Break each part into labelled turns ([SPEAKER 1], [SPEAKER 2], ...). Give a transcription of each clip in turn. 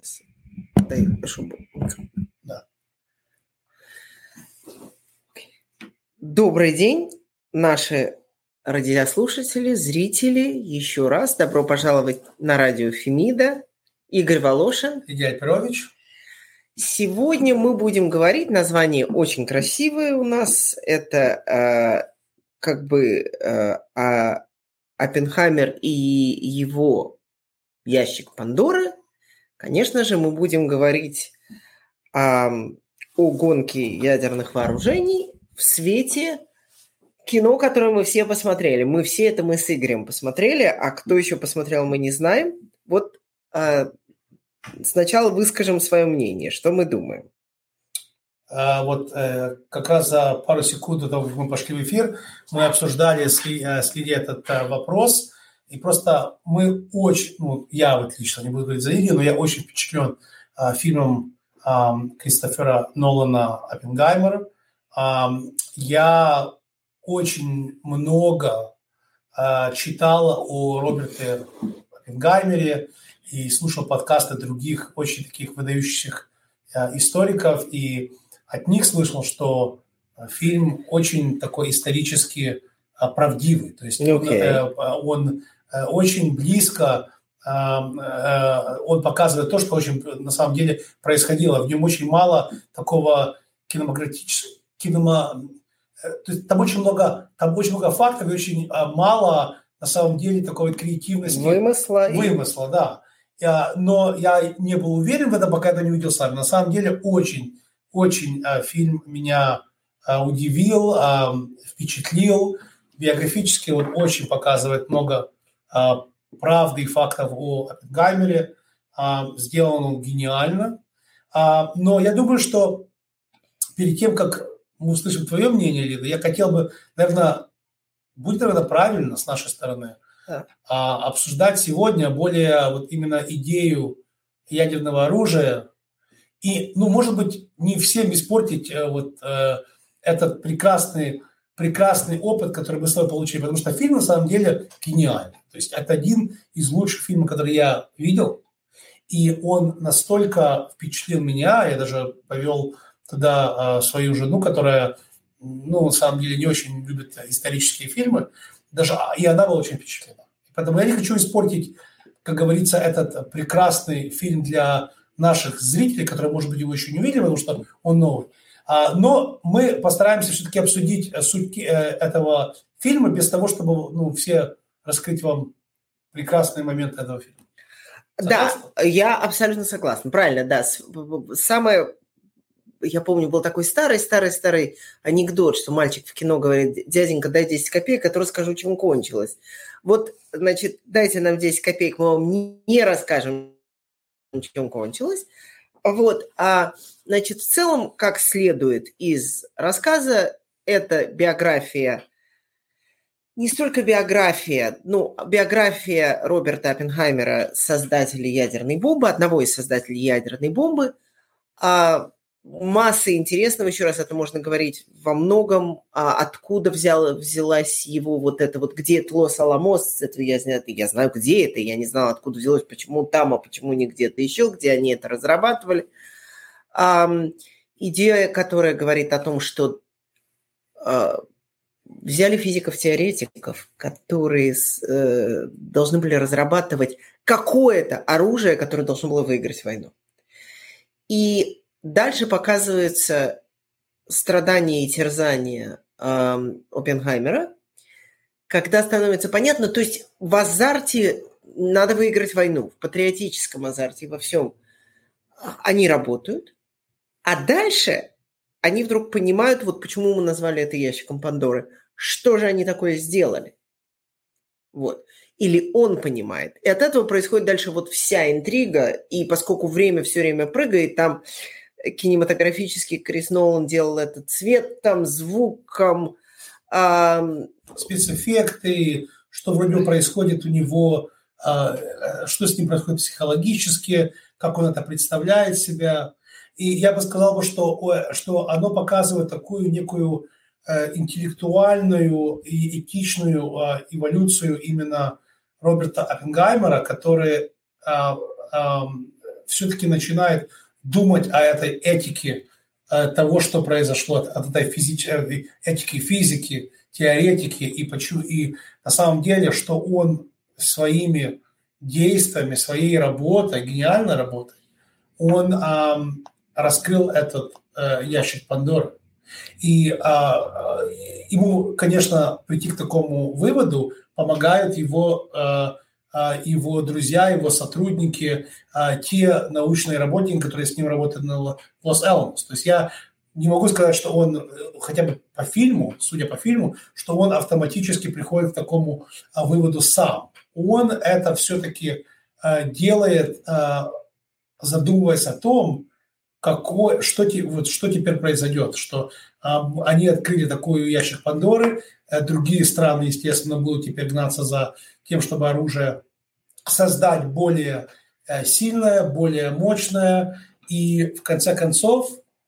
[SPEAKER 1] Дай, чтобы... Да. Добрый день, наши радиослушатели, зрители. Еще раз добро пожаловать на радио Фемида. Игорь Волошин.
[SPEAKER 2] Игорь Петрович.
[SPEAKER 1] Сегодня мы будем говорить, название очень красивое у нас. Это Оппенхаймер и его ящик Пандоры. Конечно же, мы будем говорить о гонке ядерных вооружений в свете кино, которое мы все посмотрели. Мы все это с Игорем посмотрели, а кто еще посмотрел, мы не знаем. Вот сначала выскажем свое мнение, что мы думаем.
[SPEAKER 2] Как раз за пару секунд до того, как мы пошли в эфир, мы обсуждали, следя этот вопрос, и просто мы очень, я вот лично, не буду говорить за Игоря, но я очень впечатлен фильмом Кристофера Нолана «Оппенгеймер». Я очень много читал о Роберте Оппенгеймере и слушал подкасты других очень таких выдающихся историков, и от них слышал, что фильм очень такой исторически правдивый. То есть он очень близко, он показывает то, что очень на самом деле происходило. В нем очень мало такого кинематографического... То есть там очень много фактов и очень мало на самом деле такой креативности. Вымысла, да. Но я не был уверен в этом, пока это не увидел сам. На самом деле очень фильм меня удивил, впечатлил. Биографически он очень показывает много правды и фактов о Оппенгеймере. Сделан он гениально. Но я думаю, что перед тем, как мы услышим твое мнение, Лида, я хотел бы, будет правильно с нашей стороны обсуждать сегодня более именно идею ядерного оружия и, может быть, не всем испортить этот прекрасный опыт, который мы с тобой получили, потому что фильм на самом деле гениальный. То есть это один из лучших фильмов, которые я видел, и он настолько впечатлил меня, я даже повел туда свою жену, которая, на самом деле не очень любит исторические фильмы, и она была очень впечатлена. Поэтому я не хочу испортить, как говорится, этот прекрасный фильм для наших зрителей, которые, может быть, его еще не видели, потому что он новый. Но мы постараемся все-таки обсудить суть этого фильма без того, чтобы все раскрыть вам прекрасные моменты этого фильма.
[SPEAKER 1] Согласна? Да, я абсолютно согласна. Правильно, да. Я помню, был такой старый анекдот, что мальчик в кино говорит: дяденька, дай 10 копеек, а то расскажу, чем кончилось. Дайте нам 10 копеек, мы вам не расскажем, чем кончилось. В целом, как следует из рассказа, это биография, не столько биография Роберта Оппенгеймера, создателя ядерной бомбы, одного из создателей ядерной бомбы, масса интересного, еще раз, это можно говорить во многом, откуда взялась его где это Лос-Аламос, это я знаю, где это, я не знала, откуда взялось, почему там, а почему не где-то еще, где они это разрабатывали. Идея, которая говорит о том, что взяли физиков-теоретиков, которые должны были разрабатывать какое-то оружие, которое должно было выиграть войну. И дальше показываются страдания и терзания Оппенгеймера, когда становится понятно, то есть в азарте надо выиграть войну, в патриотическом азарте, во всем они работают, а дальше они вдруг понимают, почему мы назвали это ящиком Пандоры, что же они такое сделали. Или он понимает. И от этого происходит дальше вся интрига, и поскольку время все время прыгает, там кинематографически Крис Нолан делал этот цветом, звуком.
[SPEAKER 2] Спецэффекты, что вроде происходит у него, что с ним происходит психологически, как он это представляет себя. И я бы сказал, что оно показывает такую некую интеллектуальную и этичную эволюцию именно Роберта Оппенгеймера, который все-таки начинает думать о этой этике того, что произошло, от этой этики физики, теоретики, и на самом деле, что он своими действиями, своей работой, гениальной работой, он раскрыл этот ящик Пандоры. И ему, конечно, прийти к такому выводу помогают его друзья, его сотрудники, те научные работники, которые с ним работают на Лос-Аламос. То есть я не могу сказать, что он, хотя бы по фильму, судя по фильму, что он автоматически приходит к такому выводу сам. Он это все-таки делает, задумываясь о том, что теперь произойдет, что они открыли такой ящик Пандоры, другие страны, естественно, будут теперь гнаться за тем, чтобы оружие создать более сильное, более мощное, и в конце концов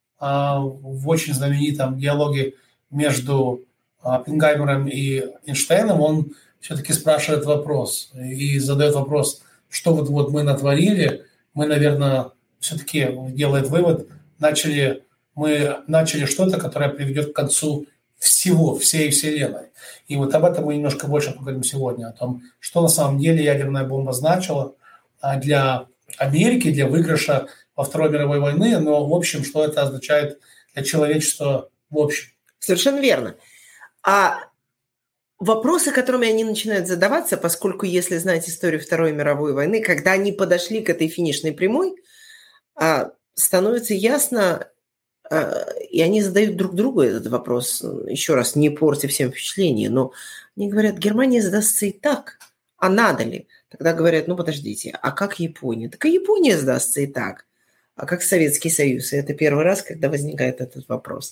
[SPEAKER 2] в очень знаменитом диалоге между Оппенгеймером и Эйнштейном он все-таки спрашивает вопрос и задает вопрос, что вот мы натворили, мы, наверное, все-таки делает вывод, мы начали что-то, которое приведет к концу всей Вселенной. И вот об этом мы немножко больше поговорим сегодня, о том, что на самом деле ядерная бомба значила для Америки, для выигрыша во Второй мировой войны, но в общем, что это означает для человечества в общем.
[SPEAKER 1] Совершенно верно. А вопросы, которыми они начинают задаваться, поскольку, если знать историю Второй мировой войны, когда они подошли к этой финишной прямой, становится ясно, и они задают друг другу этот вопрос, еще раз, не портя всем впечатление, но они говорят, Германия сдастся и так, а надо ли? Тогда говорят, подождите, а как Япония? Так и Япония сдастся и так. А как Советский Союз? И это первый раз, когда возникает этот вопрос.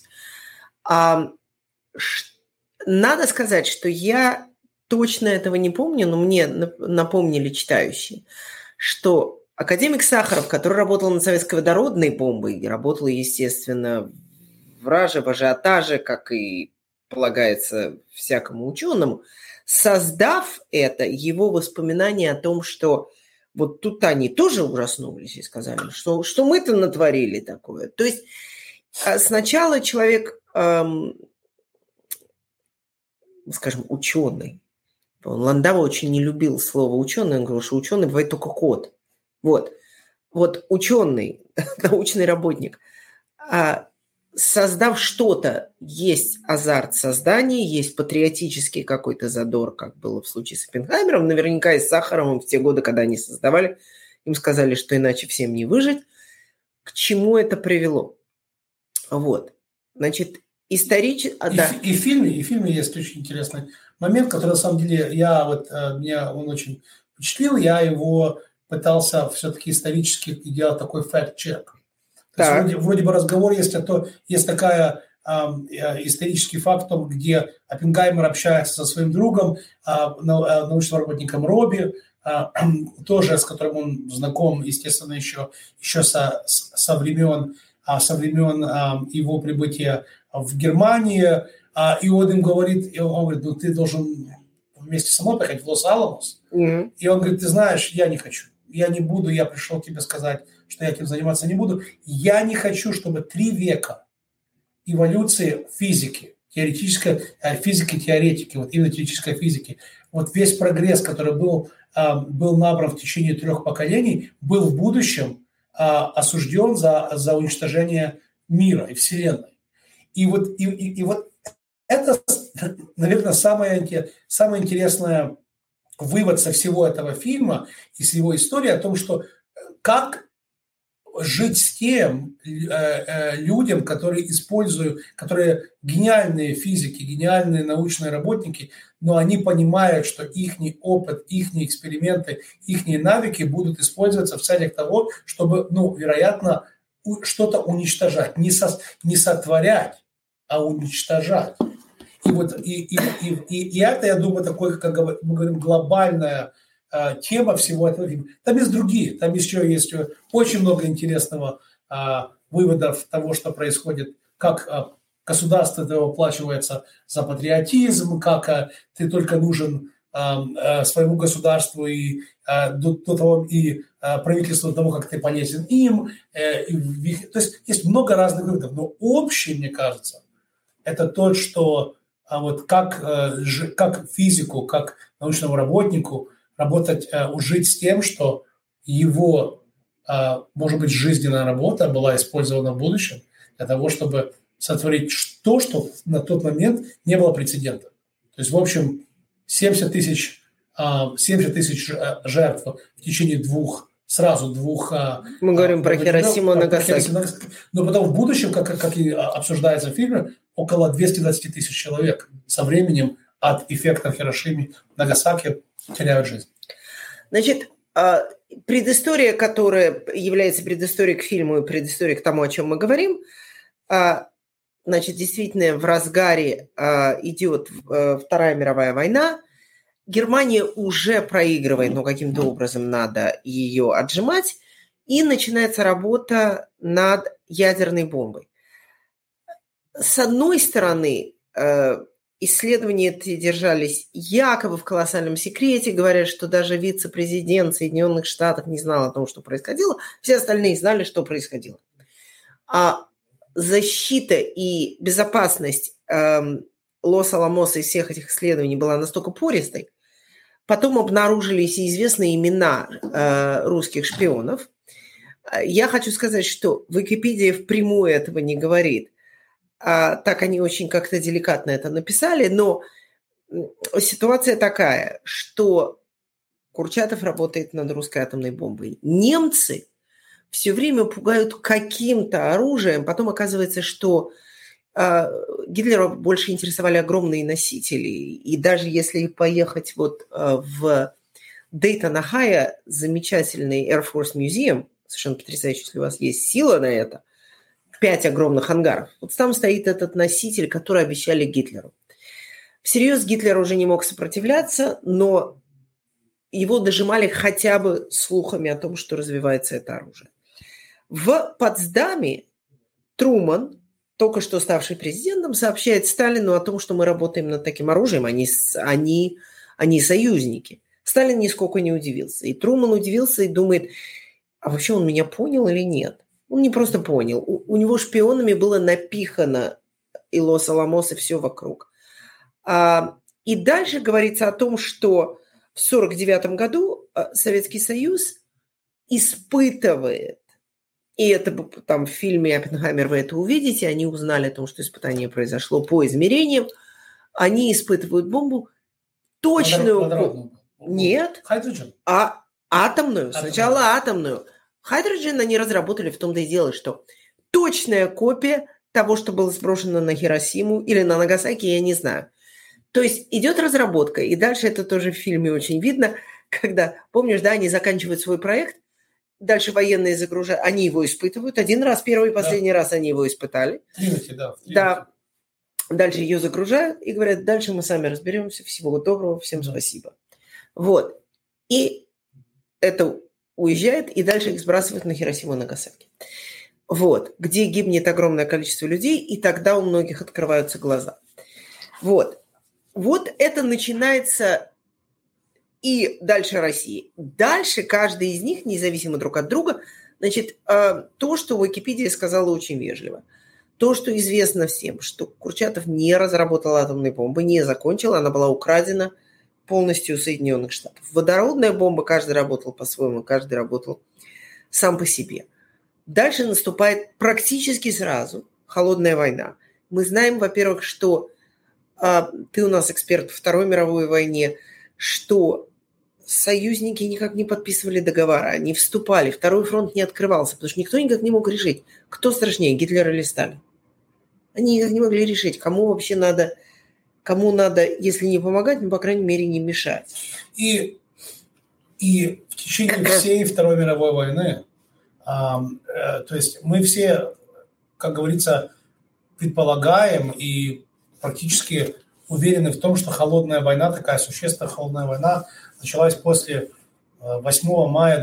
[SPEAKER 1] Надо сказать, что я точно этого не помню, но мне напомнили читающие, что академик Сахаров, который работал над советской водородной бомбой, и работал, естественно, в раже, в ажиотаже, как и полагается всякому ученому, создав это, его воспоминания о том, что вот тут они тоже ужаснулись и сказали, что мы-то натворили такое. То есть сначала человек, скажем, ученый, Ландау очень не любил слово ученый, он говорил, что ученый бывает только кот. Вот ученый, научный работник, создав что-то, есть азарт создания, есть патриотический какой-то задор, как было в случае с Оппенгеймером, наверняка и с Сахаровым в те годы, когда они создавали, им сказали, что иначе всем не выжить. К чему это привело? Значит, исторически...
[SPEAKER 2] И в фильме есть очень интересный момент, который, на самом деле, меня он очень впечатлил, я его пытался все-таки исторически делать такой fact-check. Вроде бы разговор есть, есть такая исторический факт, где Оппенгеймер общается со своим другом, научным работником Робби, тоже с которым он знаком, естественно, еще со времен его прибытия в Германию, и он им говорит, ты должен вместе со мной поехать в Лос-Аламос. Mm-hmm. И он говорит, ты знаешь, я не хочу. Я не буду, я пришел тебе сказать, что я этим заниматься не буду. Я не хочу, чтобы 3 века эволюции физики, теоретической физики, теоретики, именно теоретической физики, весь прогресс, который был набран в течение 3 поколений, был в будущем осужден за уничтожение мира и Вселенной. И это, наверное, самое интересное вывод со всего этого фильма и с его истории о том, что как жить с тем людям, которые гениальные физики, гениальные научные работники, но они понимают, что их опыт, их эксперименты, их навыки будут использоваться в целях того, чтобы, вероятно, что-то уничтожать, не сотворять, а уничтожать. И это, я думаю, такой, как мы говорим, глобальная тема всего этого фильма. Там есть другие, там еще есть очень много интересного выводов того, что происходит, как государство это оплачивается за патриотизм, как ты только нужен своему государству и до того, и правительству до того, как ты полезен им. То есть есть много разных выводов, но общее, мне кажется, это то, что вот как физику, как научному работнику работать, жить с тем, что его, может быть, жизненная работа была использована в будущем для того, чтобы сотворить то, что на тот момент не было прецедента. То есть, в общем, 70 тысяч жертв в течение двух.
[SPEAKER 1] Мы говорим про Хиросиму и Нагасаки.
[SPEAKER 2] Но потом в будущем, как и обсуждается в фильме, около 220 тысяч человек со временем от эффекта в Хиросиме и Нагасаки теряют жизнь.
[SPEAKER 1] Значит, предыстория, которая является предысторией к фильму и предысторией к тому, о чем мы говорим, значит, действительно в разгаре идет Вторая мировая война. Германия уже проигрывает, но каким-то образом надо ее отжимать, и начинается работа над ядерной бомбой. С одной стороны, исследования эти держались якобы в колоссальном секрете, говорят, что даже вице-президент Соединенных Штатов не знал о том, что происходило, все остальные знали, что происходило. А защита и безопасность Лос-Аламоса и всех этих исследований была настолько пористой. Потом обнаружились и известные имена русских шпионов. Я хочу сказать, что Википедия впрямую этого не говорит. Так они очень как-то деликатно это написали, но ситуация такая, что Курчатов работает над русской атомной бомбой. Немцы все время пугают каким-то оружием, потом оказывается, что Гитлера больше интересовали огромные носители. И даже если поехать вот в Дейтон, Ohio, замечательный Air Force Museum, совершенно потрясающий, если у вас есть сила на это, 5 огромных ангаров. Вот там стоит этот носитель, который обещали Гитлеру. Всерьез Гитлер уже не мог сопротивляться, но его дожимали хотя бы слухами о том, что развивается это оружие. В Потсдаме Труман, только что ставший президентом, сообщает Сталину о том, что мы работаем над таким оружием, они союзники. Сталин нисколько не удивился. И Труман удивился и думает, а вообще он меня понял или нет? Он не просто понял. У него шпионами было напихано и Лос-Аламос, и все вокруг. И дальше говорится о том, что в 1949 году Советский Союз испытывает, и это там в фильме «Оппенгеймер» вы это увидите, они узнали о том, что испытание произошло по измерениям, они испытывают бомбу точную... Нет, атомную. Сначала атомную. Хайдроджен они разработали, в том-то и дело, что точная копия того, что было сброшено на Хиросиму или на Нагасаки, я не знаю. То есть идет разработка, и дальше это тоже в фильме очень видно, когда, помнишь, да, они заканчивают свой проект, дальше военные загружают, они его испытывают. Один раз, первый и последний раз они его испытали. Да. Дальше ее загружают и говорят, дальше мы сами разберемся. Всего доброго, всем спасибо. Вот. И это уезжает, и дальше их сбрасывают на Хиросиму и Нагасаки. Вот. Где гибнет огромное количество людей, и тогда у многих открываются глаза. Вот. Вот это начинается... И дальше Россия. Дальше каждый из них, независимо друг от друга, значит, то, что Википедия сказала очень вежливо, то, что известно всем, что Курчатов не разработал атомной бомбы, не закончил, она была украдена полностью у Соединенных Штатов. Водородная бомба, каждый работал по-своему, каждый работал сам по себе. Дальше наступает практически сразу холодная война. Мы знаем, во-первых, что ты у нас эксперт во Второй мировой войне, что союзники никак не подписывали договора, не вступали, Второй фронт не открывался, потому что никто никак не мог решить, кто страшнее, Гитлер или Сталин. Они никак не могли решить, кому вообще надо, если не помогать, ну, по крайней мере, не мешать.
[SPEAKER 2] И в течение всей Второй мировой войны, то есть мы все, как говорится, предполагаем и практически уверены в том, что холодная война, такая существенная холодная война, началась после 8 мая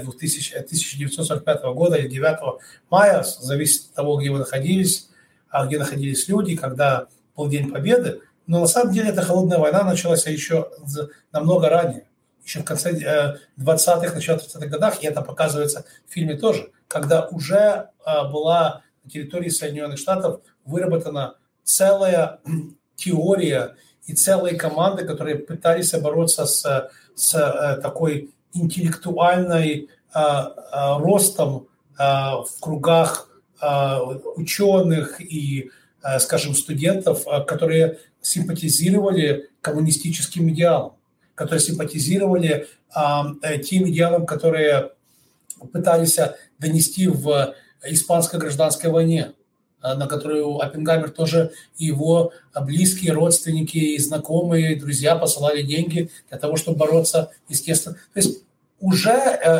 [SPEAKER 2] 1945 года или 9 мая, зависит от того, где вы находились, где находились люди, когда был День Победы. Но на самом деле эта холодная война началась еще намного ранее, еще в конце 20-х, начале 30-х годах, и это показывается в фильме тоже, когда уже была на территории Соединенных Штатов выработана целая теория и целые команды, которые пытались бороться с такой интеллектуальной ростом в кругах ученых и, скажем, студентов, которые симпатизировали коммунистическим идеалам, которые симпатизировали тем идеалам, которые пытались донести в Испанской гражданской войне, на которую Оппенгеймер тоже и его близкие родственники, и знакомые, и друзья посылали деньги для того, чтобы бороться, естественно. То есть уже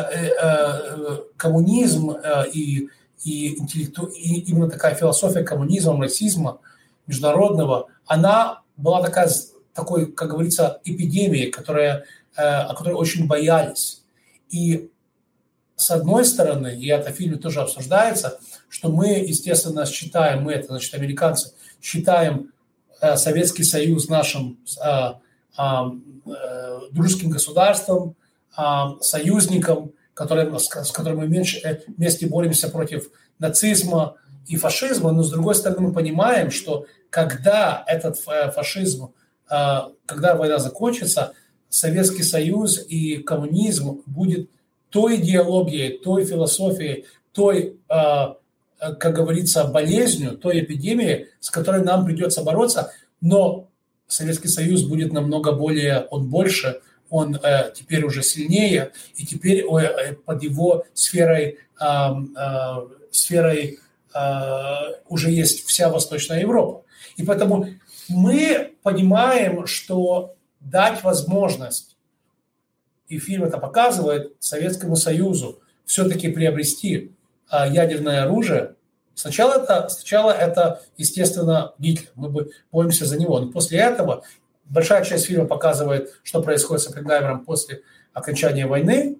[SPEAKER 2] коммунизм и именно такая философия коммунизма, расизма международного, она была такой, как говорится, эпидемией, о которой очень боялись. И с одной стороны, и это в фильме тоже обсуждается, что мы, естественно, считаем, мы, это значит американцы, считаем Советский Союз нашим дружеским государством, союзником, с которым мы вместе боремся против нацизма и фашизма, но с другой стороны мы понимаем, что когда этот фашизм, когда война закончится, Советский Союз и коммунизм будет той идеологией, той философией, той, как говорится, болезнью, той эпидемией, с которой нам придется бороться, но Советский Союз будет намного более, он больше, он теперь уже сильнее, и теперь под его сферой уже есть вся Восточная Европа. И поэтому мы понимаем, что дать возможность, и фильм это показывает, Советскому Союзу все-таки приобрести ядерное оружие. Сначала это, естественно, Гитлер, мы боремся за него, но после этого большая часть фильма показывает, что происходит с Оппенгеймером после окончания войны.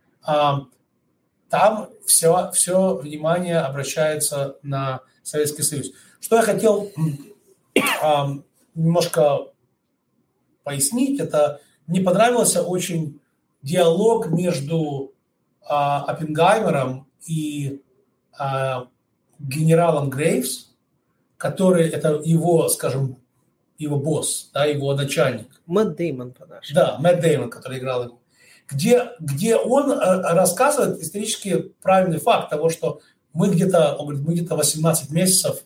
[SPEAKER 2] Там все внимание обращается на Советский Союз. Что я хотел немножко пояснить, это мне понравился очень диалог между Оппенгеймером и генералом Грейвс, который, это его, скажем, его босс, да, его начальник.
[SPEAKER 1] Мэтт Дэймон, по-нашему.
[SPEAKER 2] Да, Мэтт Дэймон, который играл его. Где он рассказывает исторически правильный факт того, что мы где-то 18 месяцев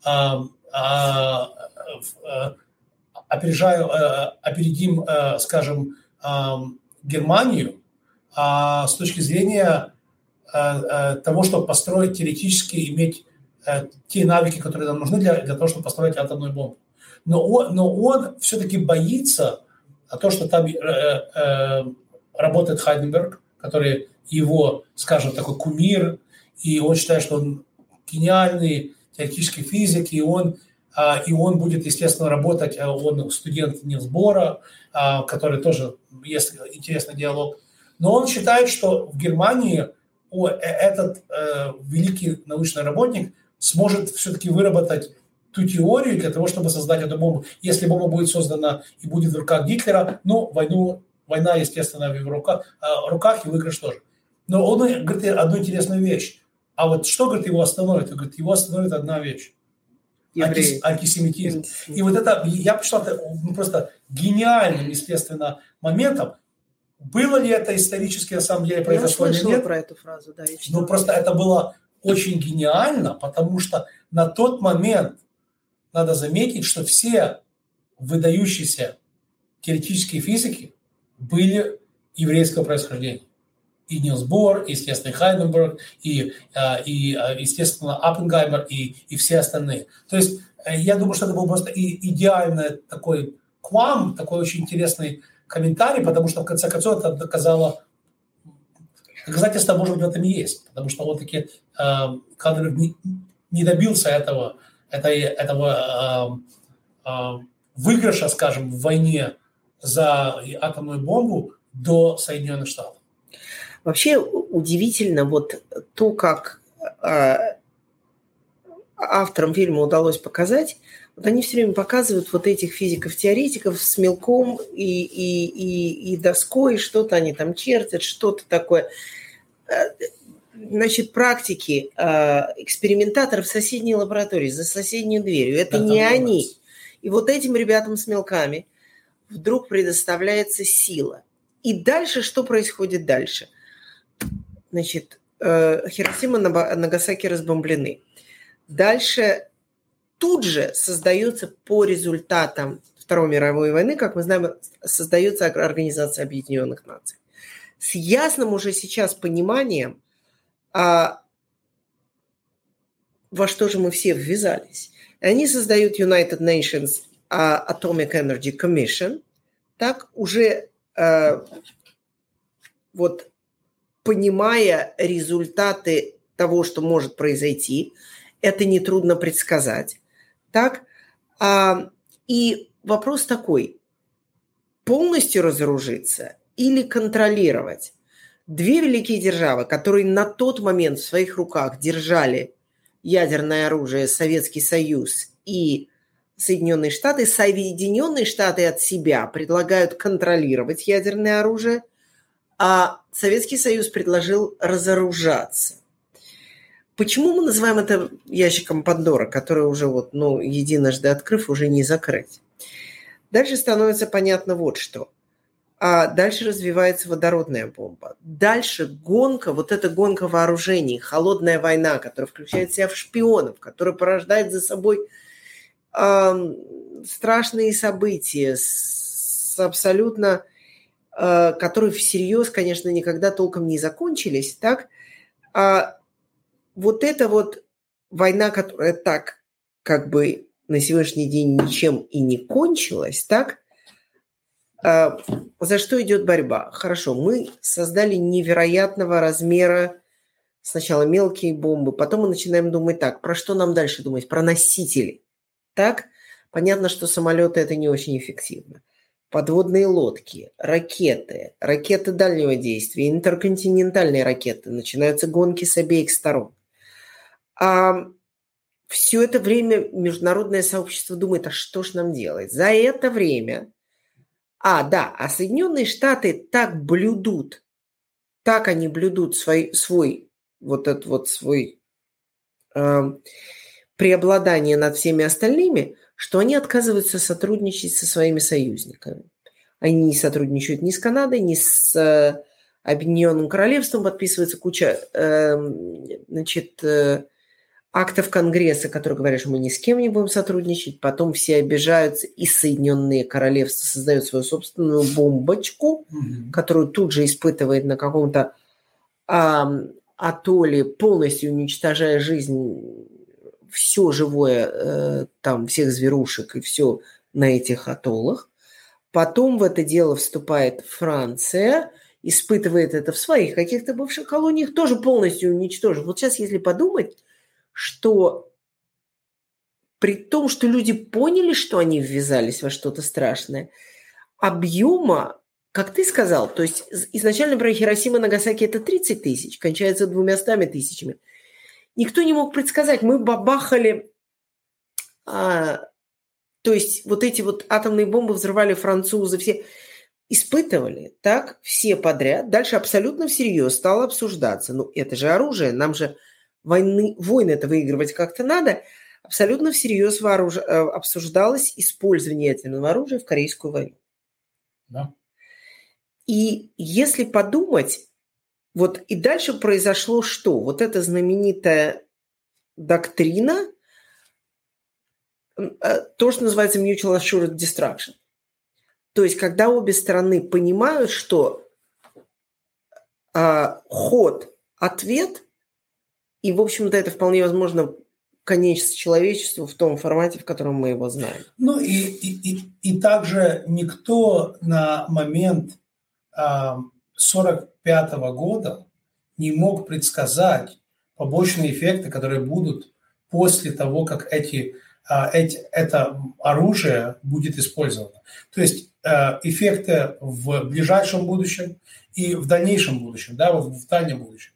[SPEAKER 2] опередим, скажем, Германию с точки зрения того, чтобы построить теоретически, иметь те навыки, которые нам нужны для того, чтобы построить атомную бомбу. Но он все-таки боится того, что там работает Хайденберг, который его, скажем, такой кумир, и он считает, что он гениальный теоретический физик, и он будет, естественно, работать, он студент Нилс Бора, который тоже есть интересный диалог. Но он считает, что в Германии этот великий научный работник сможет все-таки выработать ту теорию для того, чтобы создать эту бомбу. Если бомба будет создана и будет в руках Гитлера, война, естественно, в его руках, и выигрыш тоже. Но он говорит одну интересную вещь. А вот что, говорит, его остановит? Он говорит, его остановит одна вещь. Антисемитизм. И вот это, я посчитал это просто гениальным, естественно, моментом. Было ли это исторически, на самом деле, произошло или нет?
[SPEAKER 1] Про эту фразу, да.
[SPEAKER 2] Ну, просто это было очень гениально, потому что на тот момент надо заметить, что все выдающиеся теоретические физики были еврейского происхождения. И Нилс Бор, и, естественно, Хайденберг, и естественно, Оппенгеймер, и все остальные. То есть я думаю, что это был просто идеальный такой такой очень интересный комментарий, потому что, в конце концов, это доказательство, может быть, в этом и есть. Потому что он таки Хайденберг не добился этого выигрыша, скажем, в войне за атомную бомбу до Соединенных Штатов.
[SPEAKER 1] Вообще удивительно вот то, как авторам фильма удалось показать Вот они все время показывают вот этих физиков-теоретиков с мелком и доской, что-то они там чертят, что-то такое. Значит, практики экспериментаторов в соседней лаборатории, за соседней дверью. Это не они. И вот этим ребятам с мелками вдруг предоставляется сила. И дальше что происходит дальше? Значит, Хиросима и Нагасаки разбомблены. Дальше тут же создается по результатам Второй мировой войны, как мы знаем, создается Организация Объединенных Наций. С ясным уже сейчас пониманием, во что же мы все ввязались. Они создают United Nations Atomic Energy Commission, так уже вот понимая результаты того, что может произойти, это нетрудно предсказать. Так? И вопрос такой, полностью разоружиться или контролировать? Две великие державы, которые на тот момент в своих руках держали ядерное оружие, Советский Союз и Соединенные Штаты от себя предлагают контролировать ядерное оружие, а Советский Союз предложил разоружаться. Почему мы называем это ящиком Пандоры, который уже единожды открыв, уже не закрыть? Дальше становится понятно вот что. А дальше развивается водородная бомба. Дальше гонка, вот эта гонка вооружений, холодная война, которая включает в себя шпионов, которая порождает за собой страшные события, абсолютно, которые всерьез, конечно, никогда толком не закончились, так? Вот эта вот война, которая так как бы на сегодняшний день ничем и не кончилась, так? За что идет борьба? Хорошо, мы создали невероятного размера сначала мелкие бомбы, потом мы начинаем думать так, про что нам дальше думать? Про носители. Так? Понятно, что самолеты это не очень эффективно. Подводные лодки, ракеты дальнего действия, интерконтинентальные ракеты. Начинаются гонки с обеих сторон. Все это время международное сообщество думает, а что ж нам делать? За это время... Соединенные Штаты так они блюдут свой преобладание над всеми остальными, что они отказываются сотрудничать со своими союзниками. Они не сотрудничают ни с Канадой, ни с Объединенным Королевством, подписывается куча актов Конгресса, которые говорят, что мы ни с кем не будем сотрудничать, потом все обижаются, и Соединенные Королевства создают свою собственную бомбочку, которую тут же испытывает на каком-то атолле, полностью уничтожая жизнь, все живое, там, всех зверушек и все на этих атоллах. Потом в это дело вступает Франция, испытывает это в своих каких-то бывших колониях, тоже полностью уничтожив. Вот сейчас, если подумать, что при том, что люди поняли, что они ввязались во что-то страшное, объема, как ты сказал, то есть изначально про Хиросима и Нагасаки это 30 тысяч, кончается 200 тысячами. Никто не мог предсказать. Мы бабахали, то есть вот эти вот атомные бомбы взрывали французы, все испытывали, так, все подряд. Дальше абсолютно всерьез стало обсуждаться. Это же оружие, нам же войны это выигрывать как-то надо. Абсолютно всерьез обсуждалось использование ядерного оружия в Корейскую войну.
[SPEAKER 2] Да.
[SPEAKER 1] И если подумать, вот и дальше произошло что? Вот эта знаменитая доктрина, то, что называется mutual assured destruction. То есть, когда обе стороны понимают, что ход, ответ, и, в общем-то, это вполне возможно конец человечеству в том формате, в котором мы его знаем.
[SPEAKER 2] И также никто на момент 1945 года не мог предсказать побочные эффекты, которые будут после того, как это оружие будет использовано. То есть эффекты в ближайшем будущем и в дальнейшем будущем, да, в дальнем будущем.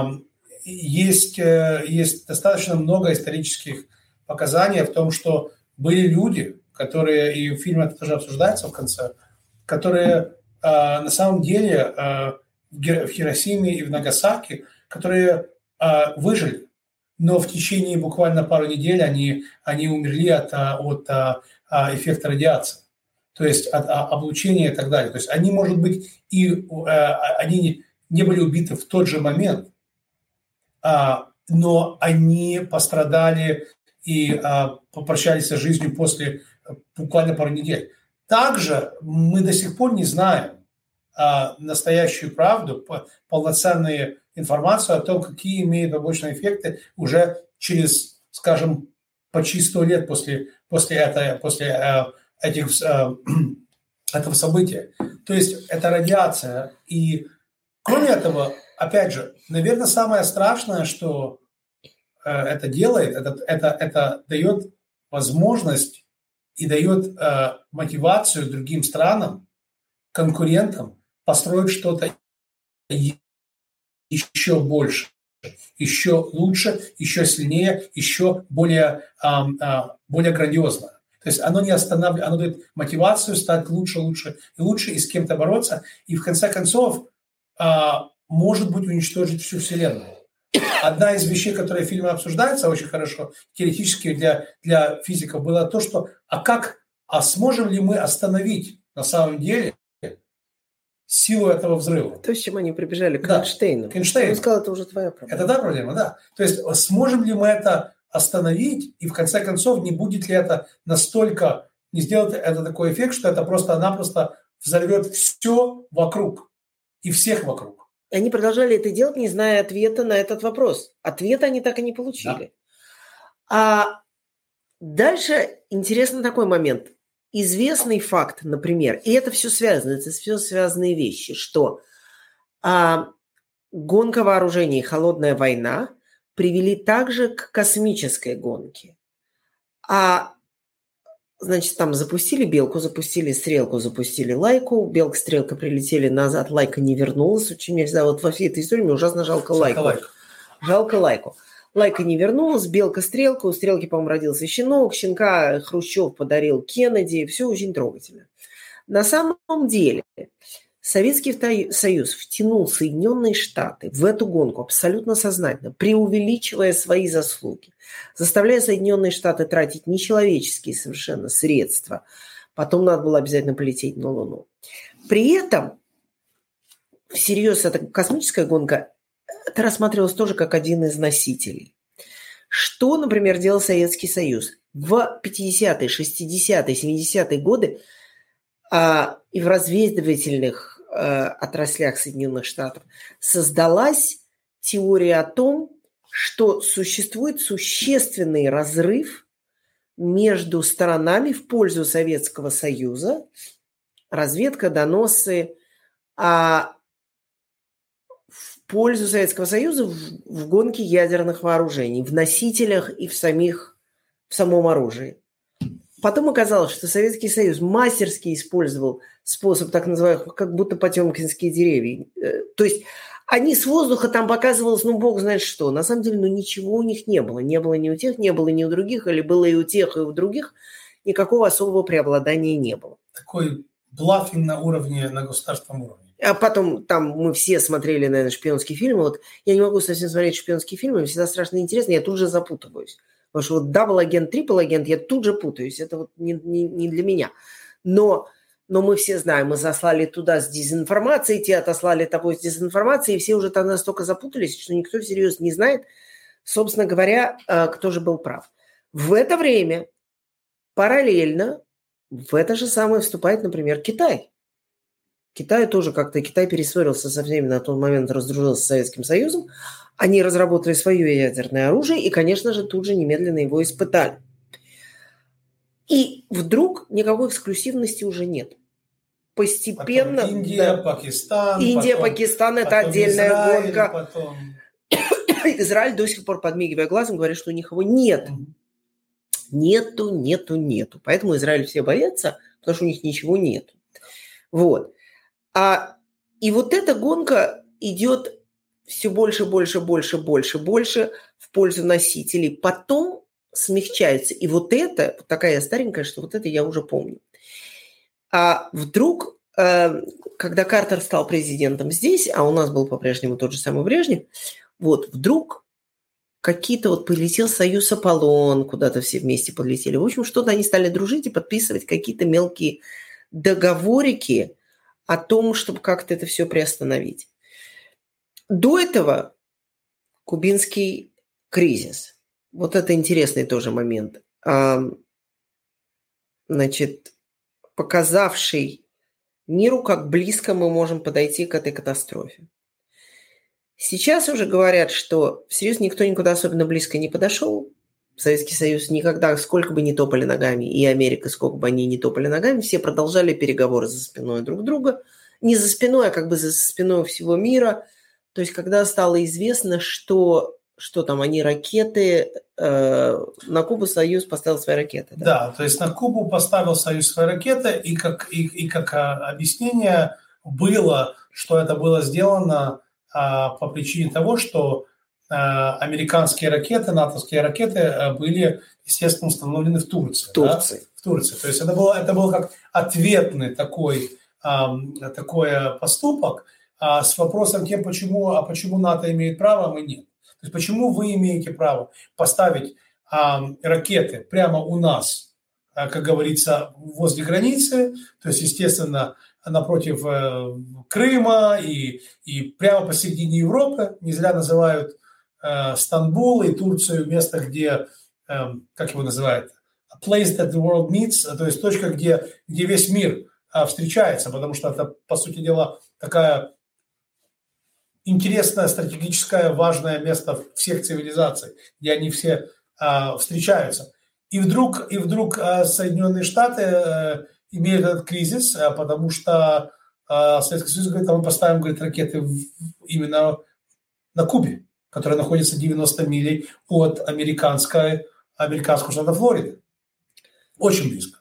[SPEAKER 2] Есть достаточно много исторических показаний в том, что были люди, которые, и в фильме это тоже обсуждается в конце, которые на самом деле в Хиросиме и в Нагасаки, которые выжили, но в течение буквально пару недель они умерли от эффекта радиации, то есть от облучения и так далее. То есть они, может быть, они не были убиты в тот же момент, но они пострадали и попрощались с жизнью после буквально пару недель. Также мы до сих пор не знаем настоящую правду, полноценную информацию о том, какие имеют побочные эффекты уже через, скажем, почти 100 лет после этого события. То есть это радиация. И кроме этого, опять же, наверное, самое страшное, что это делает, это дает возможность и дает мотивацию другим странам, конкурентам построить что-то еще больше, еще лучше, еще сильнее, еще более грандиозно. То есть оно не останавливает, оно дает мотивацию стать лучше, лучше и лучше, и с кем-то бороться, и в конце концов, может быть, уничтожить всю Вселенную. Одна из вещей, которая в фильме обсуждается очень хорошо, теоретически для физиков, было то, что сможем ли мы остановить на самом деле силу этого взрыва.
[SPEAKER 1] То, с чем они прибежали к Эйнштейну.
[SPEAKER 2] К Эйнштейну.
[SPEAKER 1] Он сказал, это уже твоя проблема.
[SPEAKER 2] Это проблема, да. То есть сможем ли мы это остановить, и в конце концов не будет ли это настолько, не сделает это такой эффект, что это просто-напросто взорвет все вокруг и всех вокруг.
[SPEAKER 1] Они продолжали это делать, не зная ответа на этот вопрос. Ответа они так и не получили. Да. А дальше интересный такой момент. Известный факт, например, и это все связано, это все связанные вещи, что гонка вооружений и холодная война привели также к космической гонке. Значит, там запустили Белку, запустили Стрелку, запустили Лайку. Белка, Стрелка прилетели назад, Лайка не вернулась. Очень мне всегда, вот во всей этой истории мне ужасно жалко Лайку. Жалко Лайку. Лайка не вернулась, Белка, Стрелка. У Стрелки, по-моему, родился щенок. Щенка Хрущев подарил Кеннеди. Все очень трогательно. На самом деле Советский Союз втянул Соединенные Штаты в эту гонку абсолютно сознательно, преувеличивая свои заслуги, заставляя Соединенные Штаты тратить нечеловеческие совершенно средства. Потом надо было обязательно полететь на Луну. При этом всерьез эта космическая гонка, это рассматривалось тоже как один из носителей. Что, например, делал Советский Союз? В 50-е, 60-е, 70-е годы и в разведывательных отраслях Соединенных Штатов создалась теория о том, что существует существенный разрыв между сторонами в пользу Советского Союза, разведка, доносы, в пользу Советского Союза в гонке ядерных вооружений, в носителях и в самом оружии. Потом оказалось, что Советский Союз мастерски использовал способ так называемых, как будто потемкинские деревья. То есть они с воздуха там показывалось, бог знает что. На самом деле, ничего у них не было. Не было ни у тех, не было ни у других, или было и у тех, и у других. Никакого особого преобладания не было.
[SPEAKER 2] Такой блафинг на государственном уровне.
[SPEAKER 1] А потом там мы все смотрели, наверное, шпионские фильмы. Вот я не могу совсем смотреть шпионские фильмы, мне всегда страшно интересно, я тут же запутываюсь. Потому что вот дабл-агент, трипл-агент, я тут же путаюсь. Это вот не для меня. Но мы все знаем, мы заслали туда с дезинформацией, те отослали такой с дезинформацией, и все уже там настолько запутались, что никто всерьез не знает, собственно говоря, кто же был прав. В это время параллельно в это же самое вступает, например, Китай. Китай перессорился со всеми, на тот момент раздружился с Советским Союзом. Они разработали свое ядерное оружие и, конечно же, тут же немедленно его испытали. И вдруг никакой эксклюзивности уже нет. Постепенно...
[SPEAKER 2] Потом Индия, Пакистан.
[SPEAKER 1] Пакистан – это отдельная
[SPEAKER 2] Израиль,
[SPEAKER 1] гонка. Израиль до сих пор, подмигивая глазом, говорит, что у них его нет. Нету. Поэтому Израиль все боятся, потому что у них ничего нет. Вот. И вот эта гонка идет все больше в пользу носителей. Потом смягчаются. И вот это, такая старенькая, что вот это я уже помню. А вдруг, когда Картер стал президентом здесь, а у нас был по-прежнему тот же самый Брежнев, вот вдруг какие-то вот полетел Союз Аполлон, куда-то все вместе полетели. В общем, что-то они стали дружить и подписывать какие-то мелкие договорики о том, чтобы как-то это все приостановить. До этого кубинский кризис. Вот это интересный тоже момент. Значит, показавший миру, как близко мы можем подойти к этой катастрофе. Сейчас уже говорят, что всерьез никто никуда особенно близко не подошел. Советский Союз никогда, сколько бы ни топали ногами, и Америка, сколько бы они ни топали ногами, все продолжали переговоры за спиной друг друга. Не за спиной, а как бы за спиной всего мира. То есть, когда стало известно, что там они ракеты, на Кубу Союз поставил свои ракеты.
[SPEAKER 2] Да, то есть на Кубу поставил Союз свои ракеты, и как объяснение было, что это было сделано по причине того, что американские ракеты, натовские ракеты были, естественно, установлены в Турции. Да? В Турции. То есть это было как ответный такой поступок с вопросом тем, почему НАТО имеет право, а мы нет. То есть почему вы имеете право поставить ракеты прямо у нас, как говорится, возле границы, то есть, естественно, напротив Крыма и прямо посередине Европы. Не зря называют Стамбул и Турцию место, где, как его называют, a place that the world meets, то есть точка, где весь мир встречается, потому что это, по сути дела, такая интересное, стратегическое, важное место всех цивилизаций, где они все встречаются. И вдруг Соединенные Штаты имеют этот кризис, потому что Советский Союз говорит, мы поставим, говорит, ракеты именно на Кубе, которая находится 90 милей от американского штата Флорида. Очень близко.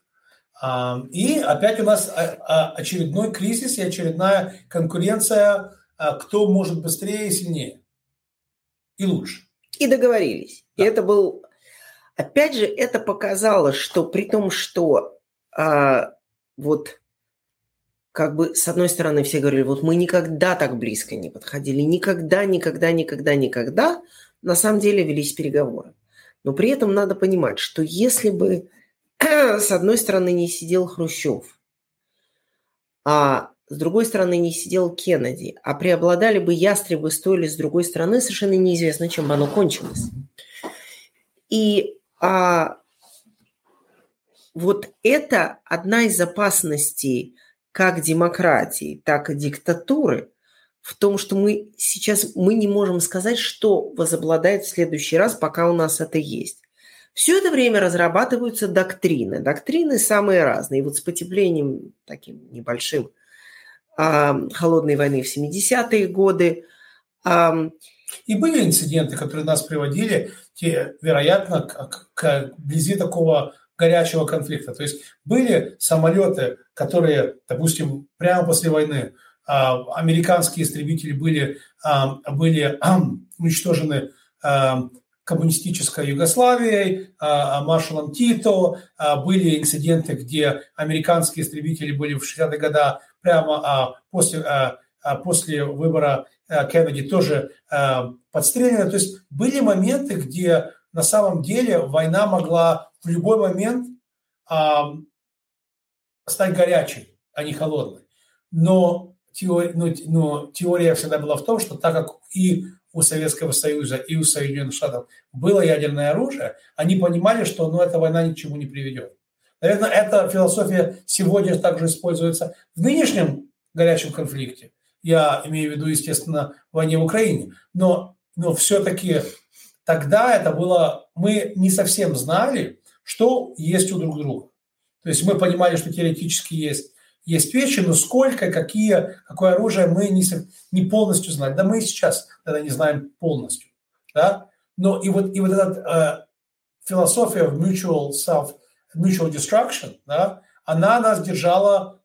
[SPEAKER 2] И опять у нас очередной кризис и очередная конкуренция, кто может быстрее и сильнее. И лучше.
[SPEAKER 1] И договорились. Да. И это был... Опять же, это показало, что при том, что вот как бы с одной стороны все говорили, вот мы никогда так близко не подходили, никогда, на самом деле велись переговоры. Но при этом надо понимать, что если бы с одной стороны не сидел Хрущев, а с другой стороны не сидел Кеннеди, а преобладали бы ястребы с той или с другой стороны, совершенно неизвестно, чем бы оно кончилось. И вот это одна из опасностей как демократии, так и диктатуры в том, что мы не можем сказать, что возобладает в следующий раз, пока у нас это есть. Все это время разрабатываются доктрины. Доктрины самые разные. И вот с потеплением таким небольшим холодной войны в 70-е годы.
[SPEAKER 2] И были инциденты, которые нас приводили, вероятно, к вблизи такого горячего конфликта. То есть были самолеты, которые, допустим, прямо после войны американские истребители были уничтожены коммунистической Югославией, маршалом Тито. Были инциденты, где американские истребители были в 60-е годы прямо после выбора Кеннеди тоже подстрелены. То есть были моменты, где на самом деле война могла в любой момент стать горячей, а не холодной. Но теория всегда была в том, что так как и у Советского Союза, и у Соединенных Штатов было ядерное оружие, они понимали, что эта война ни к чему не приведет. Наверное, эта философия сегодня также используется в нынешнем горячем конфликте. Я имею в виду, естественно, войне в Украине. Но все-таки тогда это было... Мы не совсем знали, что есть у друг друга. То есть мы понимали, что теоретически есть вещи, но сколько, какое оружие мы не полностью знали. Да мы и сейчас это не знаем полностью. Да? Но и вот эта философия mutual destruction, да, она нас держала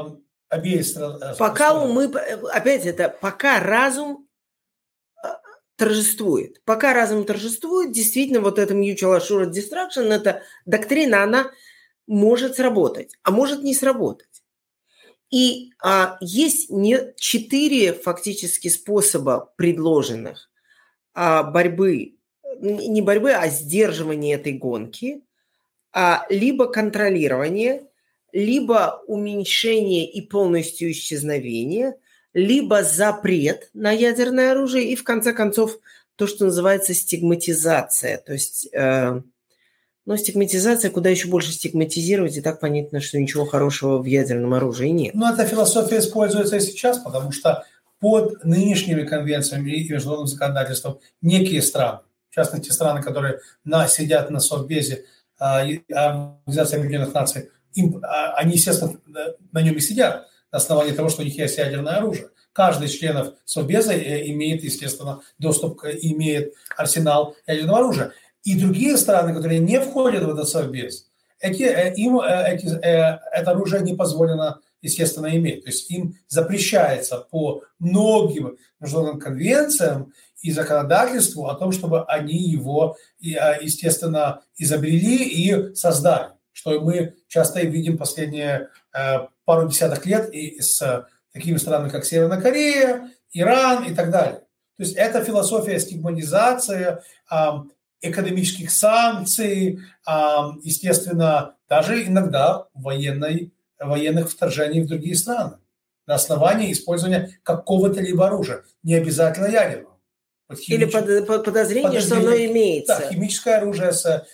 [SPEAKER 2] обеих сторон.
[SPEAKER 1] Пока разум торжествует. Пока разум торжествует, действительно, вот эта mutual assured destruction, эта доктрина, она может сработать, а может не сработать. И есть 4 фактически способа предложенных борьбы, не борьбы, а сдерживания этой гонки, либо контролирование, либо уменьшение и полностью исчезновение, либо запрет на ядерное оружие и, в конце концов, то, что называется стигматизация. То есть, стигматизация, куда еще больше стигматизировать, и так понятно, что ничего хорошего в ядерном оружии нет.
[SPEAKER 2] Эта философия используется и сейчас, потому что под нынешними конвенциями и международным законодательством некие страны, в частности, страны, которые сидят на Совбезе Организации Объединенных Наций, они, естественно, на нем и сидят на основании того, что у них есть ядерное оружие. Каждый из членов Совбеза имеет, естественно, доступ, имеет арсенал ядерного оружия. И другие страны, которые не входят в этот Совбез, им это оружие не позволено, естественно, иметь. То есть им запрещается по многим международным конвенциям и законодательству о том, чтобы они его, естественно, изобрели и создали. Что мы часто и видим последние пару десяток лет и с такими странами, как Северная Корея, Иран и так далее. То есть это философия стигматизации, экономических санкций, естественно, даже иногда военных вторжений в другие страны на основании использования какого-то либо оружия, не обязательно ядерного.
[SPEAKER 1] Или подозрение, что оно имеется.
[SPEAKER 2] Да, химическое оружие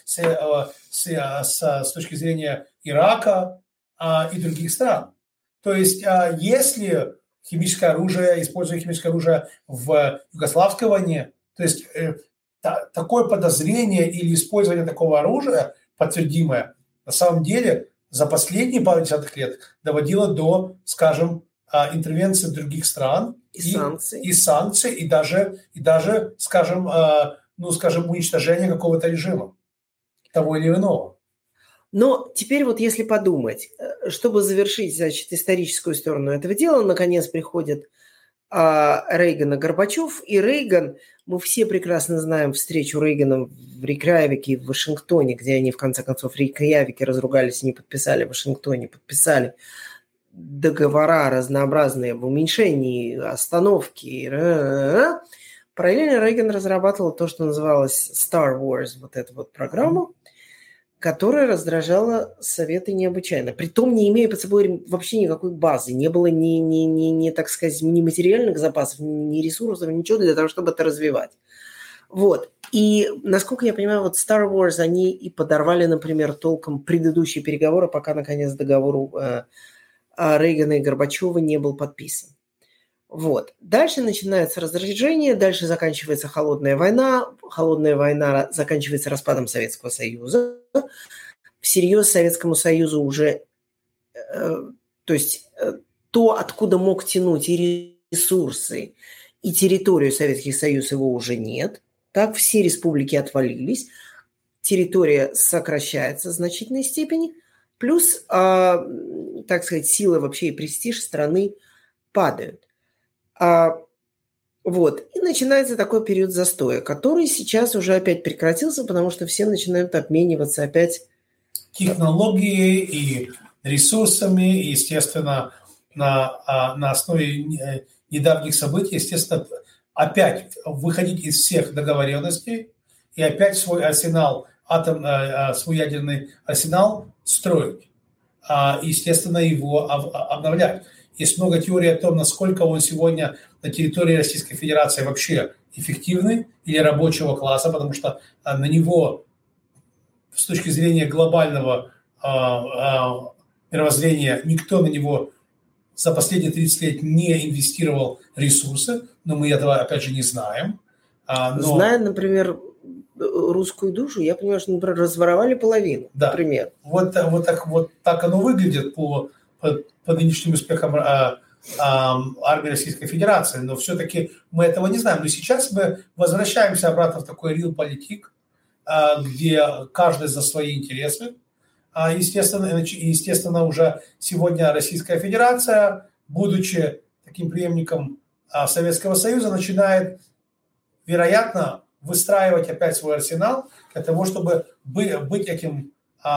[SPEAKER 2] с точки зрения Ирака и других стран. То есть, если использование химическое оружие в югославской войне, то есть такое подозрение или использование такого оружия, подтвердимое, на самом деле за последние пару десятых лет доводило до, скажем, интервенции других стран и санкций, и даже скажем, уничтожения какого-то режима, того или иного.
[SPEAKER 1] Но теперь вот если подумать, чтобы завершить, значит, историческую сторону этого дела, наконец приходит Рейган и Горбачев. И Рейган, мы все прекрасно знаем встречу Рейгана в Рейкьявике, в Вашингтоне, где они в конце концов в Рейкьявике разругались и не подписали, в Вашингтоне подписали договора разнообразные об уменьшении, остановке. Параллельно Рейган разрабатывал то, что называлось Star Wars, вот эту вот программу, которая раздражала Советы необычайно. Притом не имея под собой вообще никакой базы. Не было ни так сказать, ни материальных запасов, ни ресурсов, ничего для того, чтобы это развивать. Вот. И, насколько я понимаю, вот Star Wars, они и подорвали, например, толком предыдущие переговоры, пока, наконец, договор Рейгана и Горбачева не был подписан. Вот. Дальше начинается разоружение, дальше заканчивается холодная война. Холодная война заканчивается распадом Советского Союза. Всерьез Советскому Союзу уже, то есть то, откуда мог тянуть и ресурсы, и территорию Советский Союз, его уже нет. Так все республики отвалились. Территория сокращается в значительной степени. Плюс, так сказать, сила вообще и престиж страны падают. Вот. И начинается такой период застоя, который сейчас уже опять прекратился, потому что все начинают обмениваться опять
[SPEAKER 2] технологией и ресурсами, и, естественно, на основе недавних событий, естественно, опять выходить из всех договоренностей и опять свой арсенал, свой ядерный арсенал строить. Естественно, его обновлять. Есть много теорий о том, насколько он сегодня на территории Российской Федерации вообще эффективный или рабочего класса, потому что на него с точки зрения глобального мировоззрения никто на него за последние 30 лет не инвестировал ресурсы, но мы этого, опять же, не знаем.
[SPEAKER 1] Зная, например, русскую душу, я понимаю, что, например, разворовали половину,
[SPEAKER 2] да.
[SPEAKER 1] Например.
[SPEAKER 2] Вот так оно выглядит по нынешним успехам армии Российской Федерации, но все-таки мы этого не знаем. Но сейчас мы возвращаемся обратно в такой realpolitik, где каждый за свои интересы. Естественно, уже сегодня Российская Федерация, будучи таким преемником Советского Союза, начинает вероятно, выстраивать опять свой арсенал для того, чтобы быть этим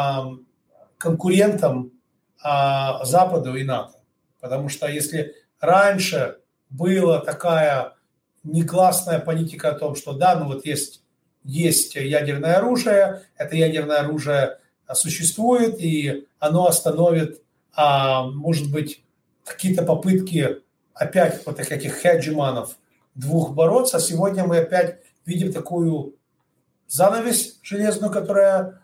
[SPEAKER 2] конкурентом Западу и НАТО. Потому что если раньше была такая негласная политика о том, что да, ну вот есть ядерное оружие, это ядерное оружие существует, и оно остановит, может быть, какие-то попытки опять вот таких хеджеманов двух бороться. Сегодня мы опять видим такую занавесь железную, которая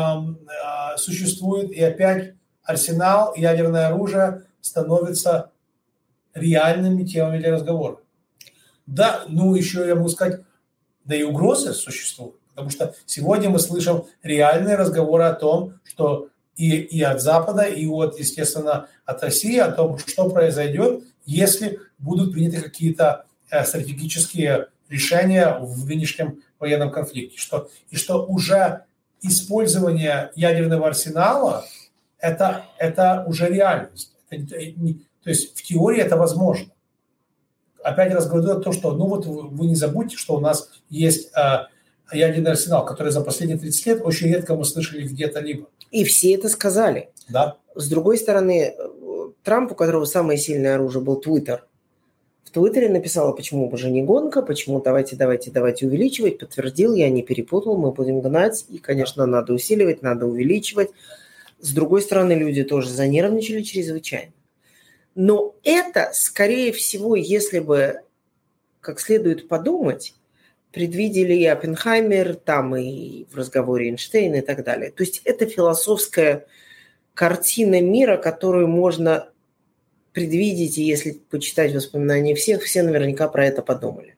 [SPEAKER 2] существует, и опять арсенал, ядерное оружие становятся реальными темами для разговора. Да, ну еще я могу сказать, да и угрозы существуют, потому что сегодня мы слышим реальные разговоры о том, что и от Запада, и от, естественно, от России, о том, что произойдет, если будут приняты какие-то стратегические решения в нынешнем военном конфликте. И что уже использование ядерного арсенала – это уже реальность. То есть в теории это возможно. Опять раз говорю о том, что ну вот вы не забудьте, что у нас есть ядерный арсенал, который за последние 30 лет очень редко мы слышали где-то либо.
[SPEAKER 1] И все это сказали.
[SPEAKER 2] Да.
[SPEAKER 1] С другой стороны, Трамп, у которого самое сильное оружие был Твиттер, в Твиттере написала, почему уже не гонка, почему давайте увеличивать, подтвердил, я не перепутал, мы будем гнать, и, конечно, надо усиливать, надо увеличивать. С другой стороны, люди тоже занервничали чрезвычайно. Но это, скорее всего, если бы как следует подумать, предвидели и Оппенхаймер, там и в разговоре Эйнштейн и так далее. То есть это философская картина мира, которую можно предвидеть, и если почитать воспоминания всех, все наверняка про это подумали.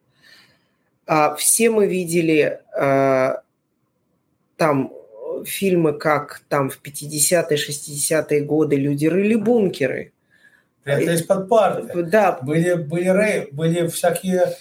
[SPEAKER 1] Все мы видели там фильмы, как там в 50-е, 60-е годы люди рыли бункеры.
[SPEAKER 2] Прятались под парты.
[SPEAKER 1] Да.
[SPEAKER 2] Были всякие...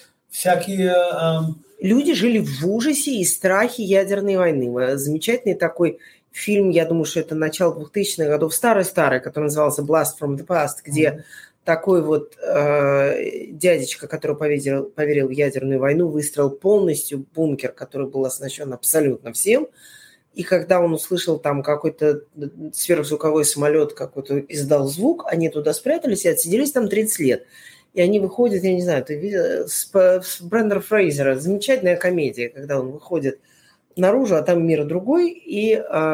[SPEAKER 1] Люди жили в ужасе и страхе ядерной войны. Замечательный такой фильм, я думаю, что это начало 2000-х годов, старый-старый, который назывался «Blast from the Past», где такой вот дядечка, который поверил в ядерную войну, выстроил полностью бункер, который был оснащен абсолютно всем. И когда он услышал там какой-то сверхзвуковой самолет какой-то издал звук, они туда спрятались и отсиделись там 30 лет. И они выходят, я не знаю, ты видел, с Бренданом Фрейзера, замечательная комедия, когда он выходит наружу, а там мир другой, и,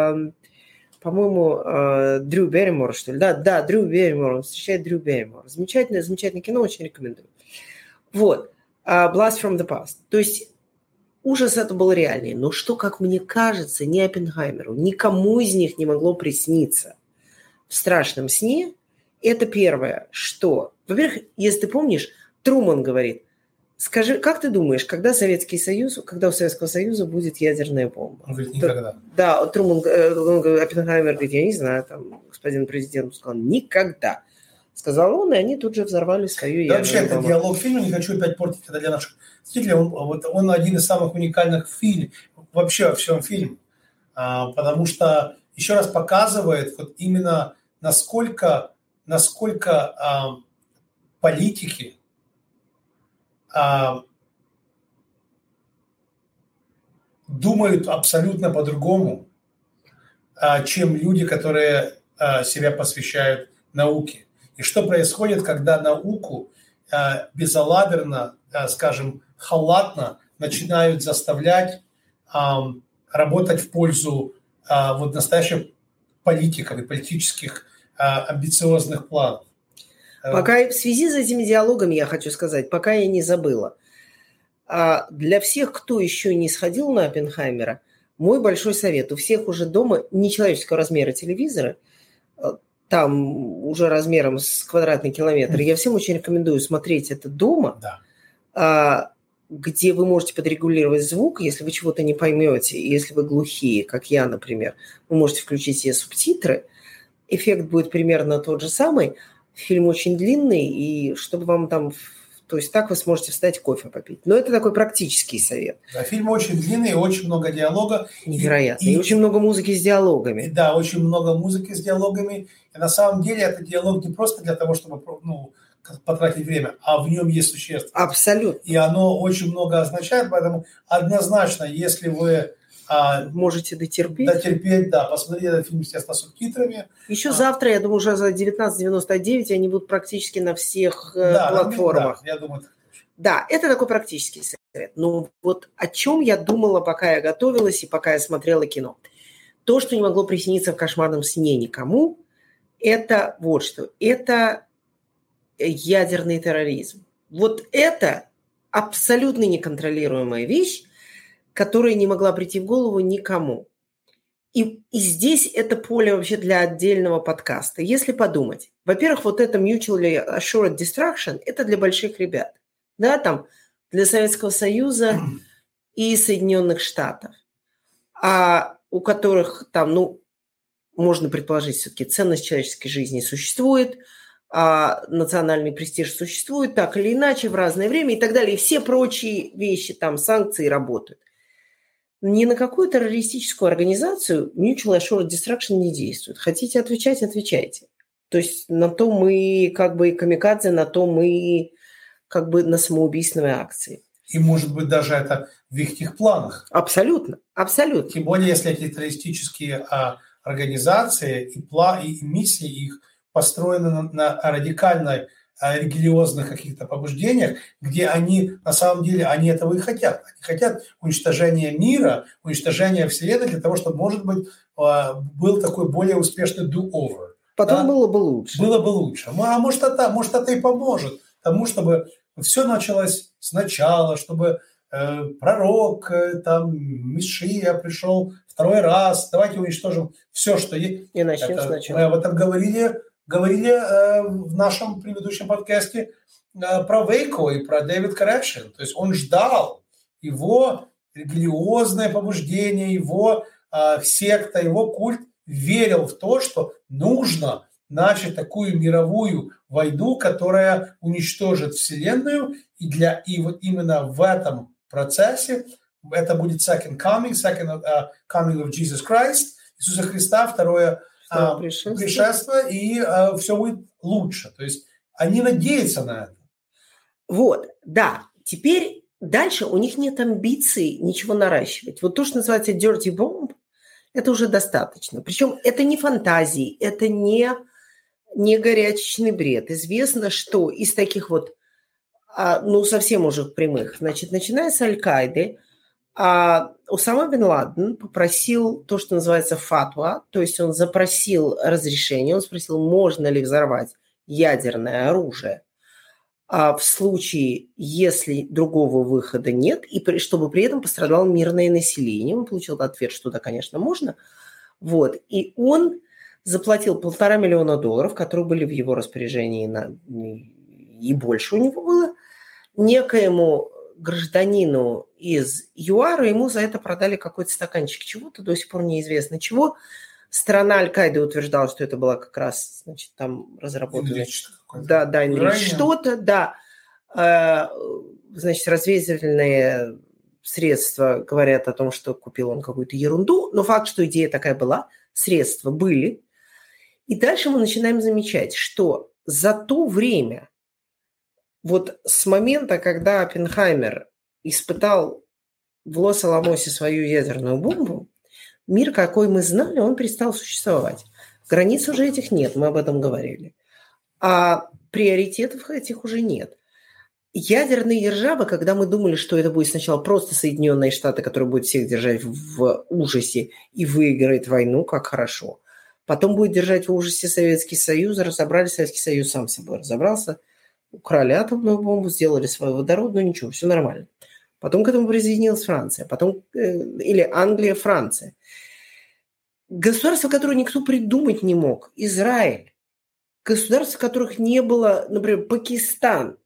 [SPEAKER 1] по-моему, Дрю Берримор, что ли, да, Дрю Берримор, он встречает Дрю Берримор. Замечательное кино, очень рекомендую. Вот, Blast from the Past. То есть ужас это был реальный, но что, как мне кажется, ни Оппенхаймеру, никому из них не могло присниться в страшном сне. Это первое, что... Во-первых, если ты помнишь, Труман говорит, скажи, как ты думаешь, когда у Советского Союза будет ядерная бомба?
[SPEAKER 2] Он говорит, никогда.
[SPEAKER 1] Да, Оппенхаймер говорит, я не знаю, там, господин президент сказал, никогда. Сказал он, и они тут же взорвали свою ядерную бомбу.
[SPEAKER 2] Вообще, это диалог фильма, не хочу опять портить это для наших зрителей. Он один из самых уникальных фильмов, вообще во всем фильме. Потому что еще раз показывает вот именно насколько политики думают абсолютно по-другому, чем люди, которые себя посвящают науке. И что происходит, когда науку безалаберно, скажем, халатно начинают заставлять работать в пользу вот настоящих политиков и политических амбициозных планов.
[SPEAKER 1] Пока в связи с этими диалогами я хочу сказать, пока я не забыла, для всех, кто еще не сходил на Оппенхаймера, мой большой совет, у всех уже дома нечеловеческого размера телевизоры, там уже размером с квадратный километр, я всем очень рекомендую смотреть это дома, где вы можете подрегулировать звук, если вы чего-то не поймете, если вы глухие, как я, например, вы можете включить себе субтитры, эффект будет примерно тот же самый. Фильм очень длинный, и чтобы вам там... То есть так вы сможете встать кофе попить. Но это такой практический совет.
[SPEAKER 2] Да, фильм очень длинный, очень много диалога.
[SPEAKER 1] Невероятно. И очень много музыки с диалогами.
[SPEAKER 2] Да, очень много музыки с диалогами. И на самом деле это диалог не просто для того, чтобы потратить время, а в нем есть существенность.
[SPEAKER 1] Абсолютно.
[SPEAKER 2] И оно очень много означает, поэтому однозначно, если вы
[SPEAKER 1] можете
[SPEAKER 2] дотерпеть, да, посмотреть этот фильм, естественно, с субтитрами.
[SPEAKER 1] Еще завтра, я думаю, уже за 19.99 они будут практически на всех платформах.
[SPEAKER 2] Да, я думаю, так.
[SPEAKER 1] Да, это такой практический совет. Но вот о чем я думала, пока я готовилась и пока я смотрела кино. То, что не могло присниться в кошмарном сне никому, это вот что. Это ядерный терроризм. Вот это абсолютно неконтролируемая вещь, которая не могла прийти в голову никому. И здесь это поле вообще для отдельного подкаста. Если подумать, во-первых, вот это mutually assured destruction – это для больших ребят. Да, там для Советского Союза и Соединенных Штатов, у которых там, можно предположить, все-таки ценность человеческой жизни существует, национальный престиж существует, так или иначе, в разное время и так далее. И все прочие вещи, там, санкции работают. Ни на какую террористическую организацию mutual assured destruction не действует. Хотите отвечать – отвечайте. То есть на то мы как бы и камикадзе, на то мы как бы на самоубийственной акции.
[SPEAKER 2] И, может быть, даже это в их планах.
[SPEAKER 1] Абсолютно, абсолютно.
[SPEAKER 2] Тем более, если эти террористические организации и миссии их построены на радикальной религиозных каких-то побуждениях, где они, на самом деле, они этого и хотят. Они хотят уничтожения мира, уничтожения Вселенной для того, чтобы, может быть, был такой более успешный do-over.
[SPEAKER 1] Потом было бы лучше.
[SPEAKER 2] Было бы лучше. А может, это и поможет тому, чтобы все началось сначала, чтобы пророк, Мессия пришел второй раз, давайте уничтожим все, что есть.
[SPEAKER 1] И начнем сначала.
[SPEAKER 2] Мы об этом говорили в нашем предыдущем подкасте про Вейко и про Дэвид Коррекшн. То есть он ждал, его религиозное побуждение, его секта, его культ верил в то, что нужно начать такую мировую войну, которая уничтожит Вселенную, и вот именно в этом процессе это будет second coming of Jesus Christ, Иисуса Христа, второе пришествие, и все будет лучше. То есть они надеются на это.
[SPEAKER 1] Вот, да. Теперь дальше у них нет амбиций ничего наращивать. Вот то, что называется dirty bomb, это уже достаточно. Причем это не фантазии, это не горячечный бред. Известно, что из таких вот, совсем уже прямых, значит, начиная с Аль-Каиды, Усама бен Ладен попросил то, что называется фатва, то есть он запросил разрешение, он спросил, можно ли взорвать ядерное оружие в случае, если другого выхода нет, и чтобы при этом пострадало мирное население. Он получил ответ, что да, конечно, можно. Вот. И он заплатил $1,5 миллиона, которые были в его распоряжении, и больше у него было, некоему гражданину из ЮАРа, ему за это продали какой-то стаканчик чего-то, до сих пор неизвестно чего. Страна Аль-Каиды утверждала, что это была как раз, значит, там разработанное что-то, да. Значит, разведывательные средства говорят о том, что купил он какую-то ерунду, но факт, что идея такая была, средства были. И дальше мы начинаем замечать, что за то время, вот с момента, когда Оппенхаймер испытал в Лос-Аламосе свою ядерную бомбу, мир, какой мы знали, он перестал существовать. Границ уже этих нет, мы об этом говорили. А приоритетов этих уже нет. Ядерные державы, когда мы думали, что это будет сначала просто Соединенные Штаты, которые будут всех держать в ужасе и выиграет войну, как хорошо. Потом будет держать в ужасе Советский Союз, разобрались, Советский Союз сам с собой разобрался, украли атомную бомбу, сделали свою водородную, ничего, все нормально. Потом к этому присоединилась Франция, или Англия, Франция. Государства, которые никто придумать не мог. Израиль. Государств, которых не было, например, Пакистан.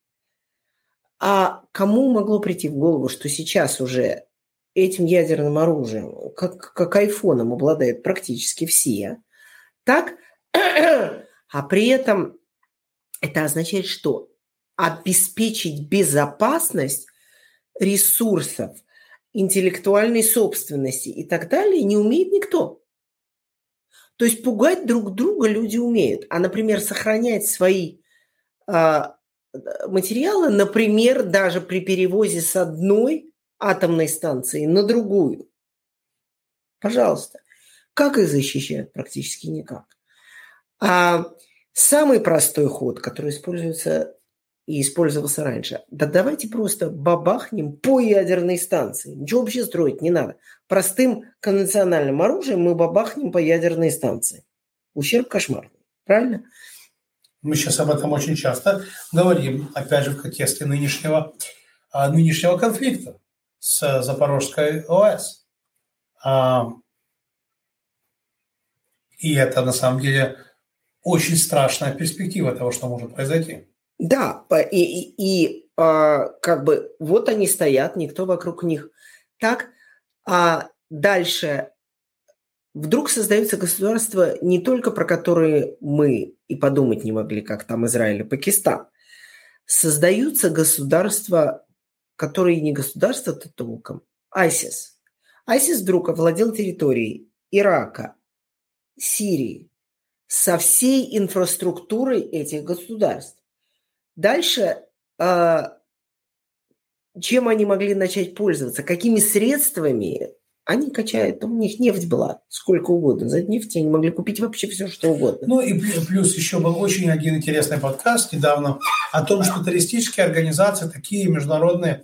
[SPEAKER 1] А кому могло прийти в голову, что сейчас уже этим ядерным оружием, как айфоном, обладают практически все, так? А при этом это означает, что обеспечить безопасность ресурсов, интеллектуальной собственности и так далее не умеет никто. То есть пугать друг друга люди умеют. А, например, сохранять свои материалы, например, даже при перевозе с одной атомной станции на другую. Пожалуйста. Как их защищают? Практически никак. А самый простой ход, который используется и использовался раньше, да давайте просто бабахнем по ядерной станции. Ничего вообще строить не надо. Простым конвенциональным оружием мы бабахнем по ядерной станции. Ущерб кошмарный. Правильно?
[SPEAKER 2] Мы сейчас об этом очень часто говорим, опять же, в контексте нынешнего конфликта с Запорожской АЭС. И это, на самом деле, очень страшная перспектива того, что может произойти.
[SPEAKER 1] Да, как бы вот они стоят, никто вокруг них. Так, а дальше вдруг создаются государства, не только про которые мы и подумать не могли, как там Израиль и Пакистан. Создаются государства, которые не государства-то толком, ISIS. ISIS вдруг овладел территорией Ирака, Сирии, со всей инфраструктурой этих государств. Дальше, чем они могли начать пользоваться, какими средствами они качают, у них нефть была сколько угодно, за нефть они могли купить вообще все, что угодно.
[SPEAKER 2] Ну и плюс еще был очень один интересный подкаст недавно о том, что террористические организации, такие международные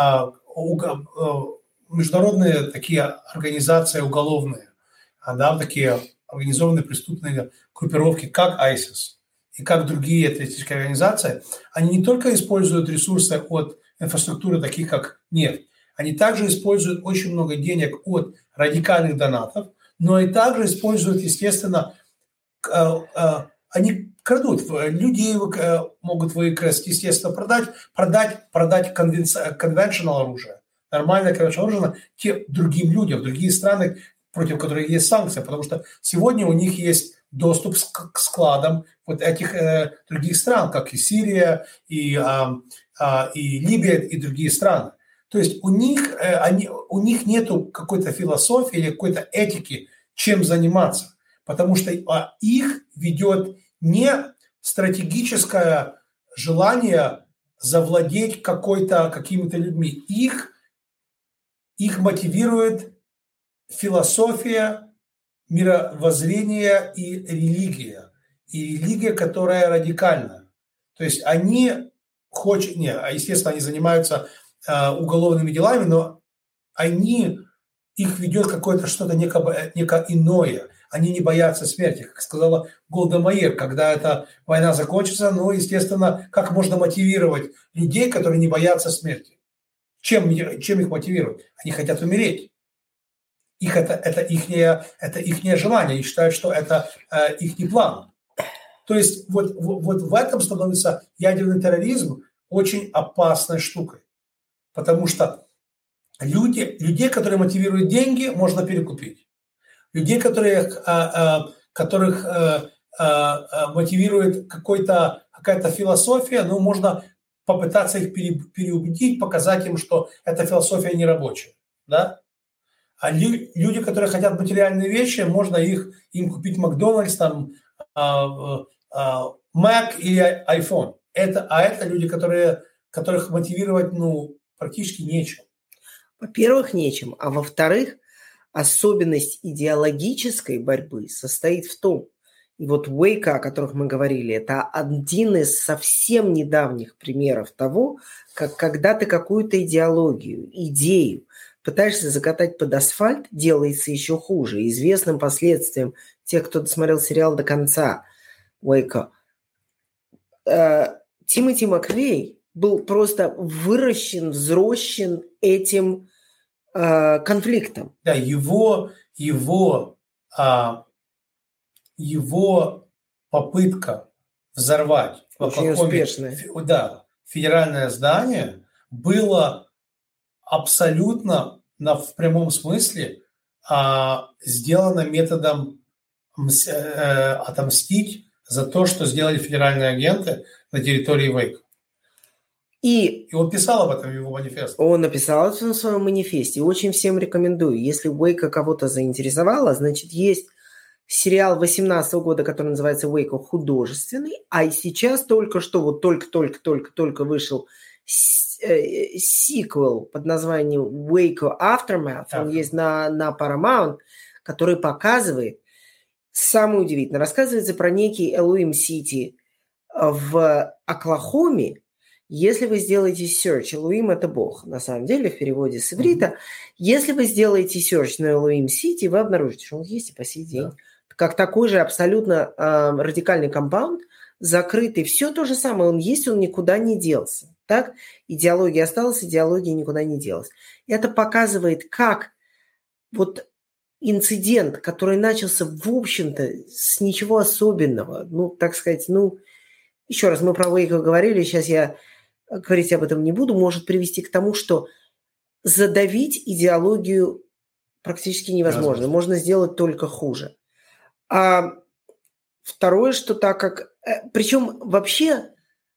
[SPEAKER 2] такие организации уголовные, такие организованные преступные группировки, как ISIS и как другие террористические организации, они не только используют ресурсы от инфраструктуры, таких как нефть, они также используют очень много денег от радикальных донатов, но и также используют, естественно, они крадут. Люди могут выкрасть, естественно, продать конвенциональное оружие, нормальное конвенциональное оружие другим людям, другие страны, против которых есть санкции, потому что сегодня у них есть доступ к складам вот этих других стран, как и Сирия, и Либия, и другие страны. То есть у них нету какой-то философии или какой-то этики, чем заниматься, потому что их ведет не стратегическое желание завладеть какими-то людьми. Их мотивирует философия, мировоззрение и религия. И религия, которая радикальна. То есть естественно, они занимаются уголовными делами, но их ведет какое-то что-то некое иное. Они не боятся смерти. Как сказала Голда Меир, когда эта война закончится, естественно, как можно мотивировать людей, которые не боятся смерти? Чем их мотивировать? Они хотят умереть. Это ихнее желание. Они считают, что это их план. То есть вот в этом становится ядерный терроризм очень опасной штукой. Потому что людей, которые мотивируют деньги, можно перекупить. Людей, которых мотивирует какая-то философия, можно попытаться их переубедить, показать им, что эта философия не рабочая. Да? А люди, которые хотят материальные вещи, можно им купить Макдональдс, Mac или iPhone. Это люди, которых мотивировать практически нечем.
[SPEAKER 1] Во-первых, нечем. А во-вторых, особенность идеологической борьбы состоит в том, и вот Уэйка, о которых мы говорили, это один из совсем недавних примеров того, как когда ты какую-то идеологию, идею пытаешься закатать под асфальт, делается еще хуже. Известным последствием тех, кто досмотрел сериал до конца, Уэйка, Тимоти Маквей был просто взрощен этим конфликтом.
[SPEAKER 2] Да, его попытка взорвать
[SPEAKER 1] очень успешная.
[SPEAKER 2] Федеральное здание было абсолютно в прямом смысле сделано методом отомстить за то, что сделали федеральные агенты на территории Уэйка. И он писал об этом в его манифесте.
[SPEAKER 1] Он написал это в своем манифесте. Очень всем рекомендую. Если Уэйка кого-то заинтересовало, значит, есть сериал 2018 года, который называется Waco, художественный, а и сейчас только что, вот только вышел сиквел под названием Waco Aftermath, он есть на Paramount, который показывает, самое удивительное, рассказывается про некий Элуим-Сити в Оклахоме. Если вы сделаете search, Элуим – это Бог, на самом деле, в переводе с иврита. Если вы сделаете search на Элуим-Сити, вы обнаружите, что он есть и по сей день. Да. Как такой же абсолютно радикальный компаунд, закрытый, все то же самое, он есть, он никуда не делся. Так? Идеология осталась, идеология никуда не делась. Это показывает, как вот инцидент, который начался, в общем-то, с ничего особенного, ну, так сказать, ну, еще раз, мы про Waco говорили, сейчас я говорить об этом не буду, может привести к тому, что задавить идеологию практически невозможно. Можно сделать только хуже. А второе, что так как... Причем вообще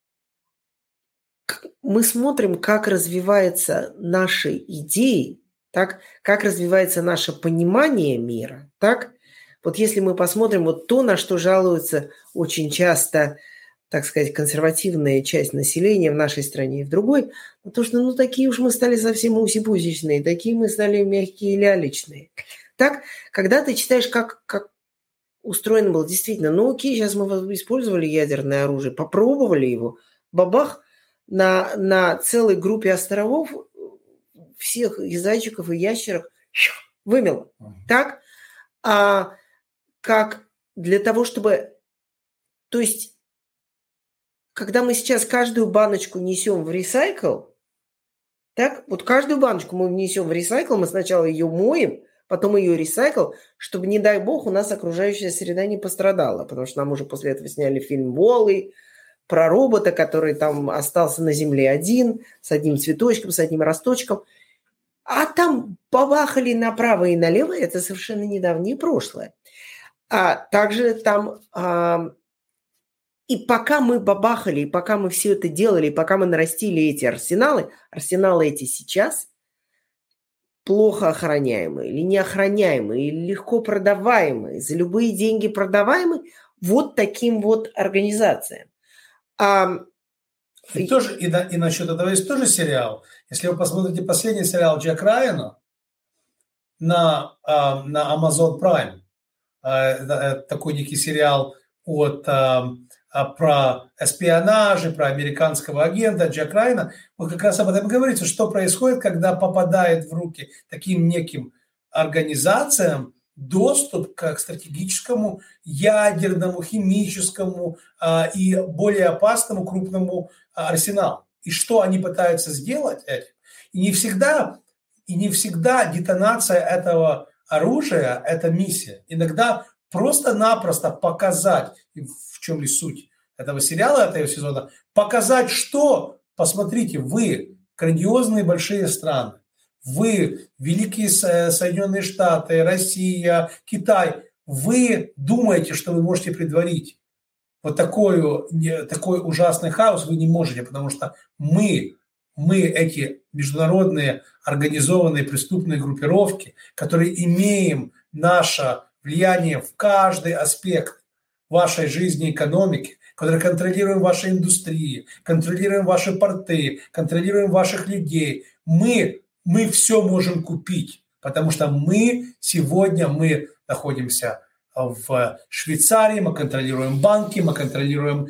[SPEAKER 1] мы смотрим, как развиваются наши идеи, так, как развивается наше понимание мира. Так? Вот если мы посмотрим вот то, на что жалуются очень часто, так сказать, консервативная часть населения в нашей стране и в другой, то что, ну, такие уж мы стали совсем усипузичные, такие мы стали мягкие и лялечные. Так, когда ты читаешь, как устроено было действительно, ну, окей, сейчас мы использовали ядерное оружие, попробовали его, бабах, на целой группе островов всех и зайчиков, и ящерок вымело. Так? А как для того, чтобы... То есть, когда мы сейчас каждую баночку несем в ресайкл, так, вот каждую баночку мы внесем в ресайкл, мы сначала ее моем, потом ее ресайкл, чтобы, не дай бог, у нас окружающая среда не пострадала, потому что нам уже после этого сняли фильм «Уолл-И», про робота, который там остался на земле один, с одним цветочком, с одним росточком. А там бабахали направо и налево, это совершенно недавнее прошлое. А также там... И пока мы бабахали, и пока мы все это делали, и пока мы нарастили эти арсеналы эти сейчас плохо охраняемые, или неохраняемые, или легко продаваемые, за любые деньги продаваемые вот таким вот организациям.
[SPEAKER 2] И насчет этого есть тоже сериал. Если вы посмотрите последний сериал Джек Райана на Amazon Prime, такой некий сериал про эспионаж, про американского агента Джек Райана, вот как раз об этом говорится, что происходит, когда попадает в руки таким неким организациям доступ к стратегическому, ядерному, химическому и более опасному крупному арсеналу. И что они пытаются сделать этим? И не всегда детонация этого оружия – это миссия. Иногда просто-напросто показать, в чем ли суть этого сериала, этого сезона, показать, что, посмотрите, вы грандиозные большие страны, вы, великие Соединенные Штаты, Россия, Китай, вы думаете, что вы можете предварить вот такой ужасный хаос, вы не можете, потому что мы эти международные организованные преступные группировки, которые имеем наше влияние в каждый аспект вашей жизни и экономики, которые контролируем ваши индустрии, контролируем ваши порты, контролируем ваших людей, мы все можем купить, потому что сегодня мы находимся в Швейцарии, мы контролируем банки, мы контролируем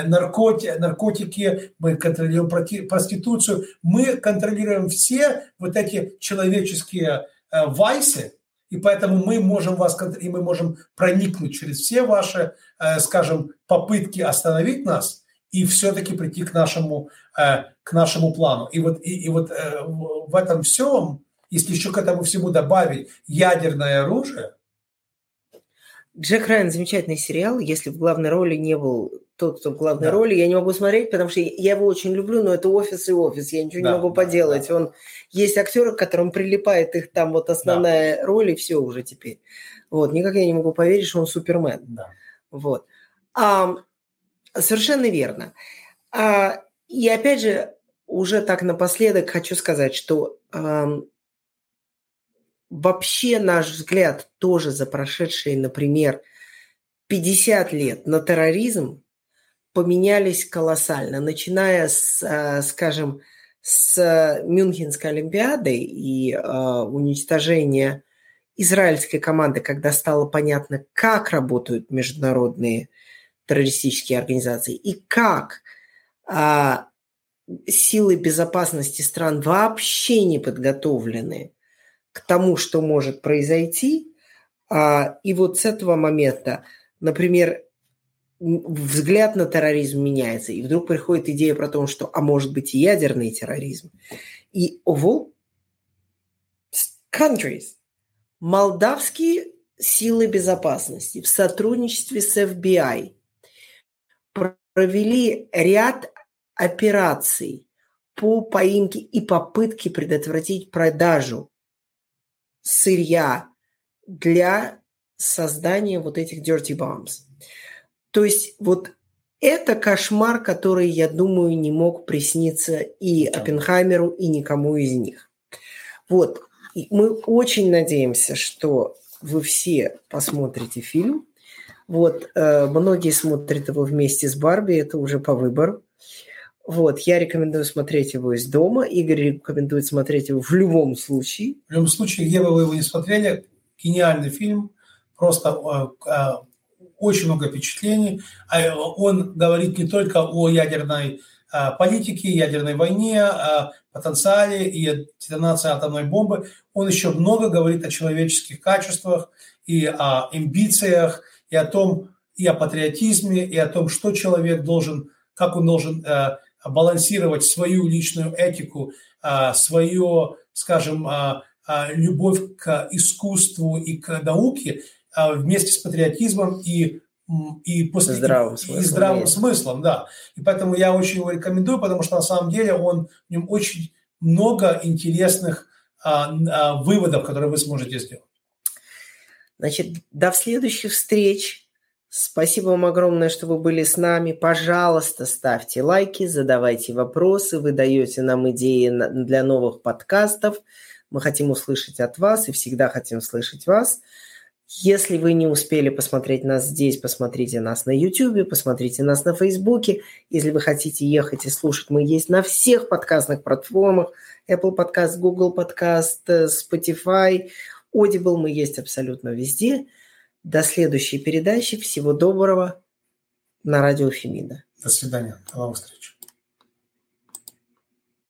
[SPEAKER 2] наркотики, мы контролируем проституцию, мы контролируем все вот эти человеческие вайсы, и поэтому мы можем проникнуть через все ваши, скажем, попытки остановить нас и все-таки прийти к нашему плану. И вот в этом всем, если еще к этому всему добавить ядерное оружие.
[SPEAKER 1] Джек Райан – замечательный сериал. Если в главной роли не был тот, кто в главной роли, я не могу смотреть, потому что я его очень люблю, но это офис и офис, я ничего не могу поделать. Да. Есть актеры, к которым прилипает их там вот основная роль, и все уже теперь. Вот. Никак я не могу поверить, что он Супермен.
[SPEAKER 2] Да.
[SPEAKER 1] Вот. Совершенно верно. И опять же, уже так напоследок хочу сказать, что вообще наш взгляд тоже за прошедшие, например, 50 лет на терроризм поменялись колоссально, начиная с, скажем, с Мюнхенской Олимпиады и уничтожения израильской команды, когда стало понятно, как работают международные террористические организации и как силы безопасности стран вообще не подготовлены к тому, что может произойти. И вот с этого момента, например, взгляд на терроризм меняется, и вдруг приходит идея про то, что, может быть, и ядерный терроризм. И of all countries, молдавские силы безопасности в сотрудничестве с FBI провели ряд операций по поимке и попытке предотвратить продажу сырья для создания вот этих dirty bombs. То есть вот это кошмар, который, я думаю, не мог присниться и Оппенхаймеру, и никому из них. Вот. И мы очень надеемся, что вы все посмотрите фильм. Вот. Многие смотрят его вместе с Барби, это уже по выбору. Вот. Я рекомендую смотреть его из дома. Игорь рекомендует смотреть его в любом случае.
[SPEAKER 2] В любом случае, где бы вы его не смотрели, гениальный фильм, просто очень много впечатлений. Он говорит не только о ядерной политике, ядерной войне, о потенциале и о детонации атомной бомбы. Он еще много говорит о человеческих качествах и о амбициях, и о том, и о патриотизме, и о том, что человек должен, как он должен балансировать свою личную этику, свою, скажем, любовь к искусству и к науке вместе с патриотизмом и здравым смыслом, да. И поэтому я очень его рекомендую, потому что на самом деле в нем очень много интересных выводов, которые вы сможете сделать.
[SPEAKER 1] Значит, до следующих встреч. Спасибо вам огромное, что вы были с нами. Пожалуйста, ставьте лайки, задавайте вопросы. Вы даете нам идеи для новых подкастов. Мы хотим услышать от вас и всегда хотим слышать вас. Если вы не успели посмотреть нас здесь, посмотрите нас на YouTube, посмотрите нас на Фейсбуке. Если вы хотите ехать и слушать, мы есть на всех подкастных платформах. Apple Podcast, Google Podcast, Spotify, Audible. Мы есть абсолютно везде. До следующей передачи. Всего доброго на радио Фемида.
[SPEAKER 2] До свидания. До новых встреч.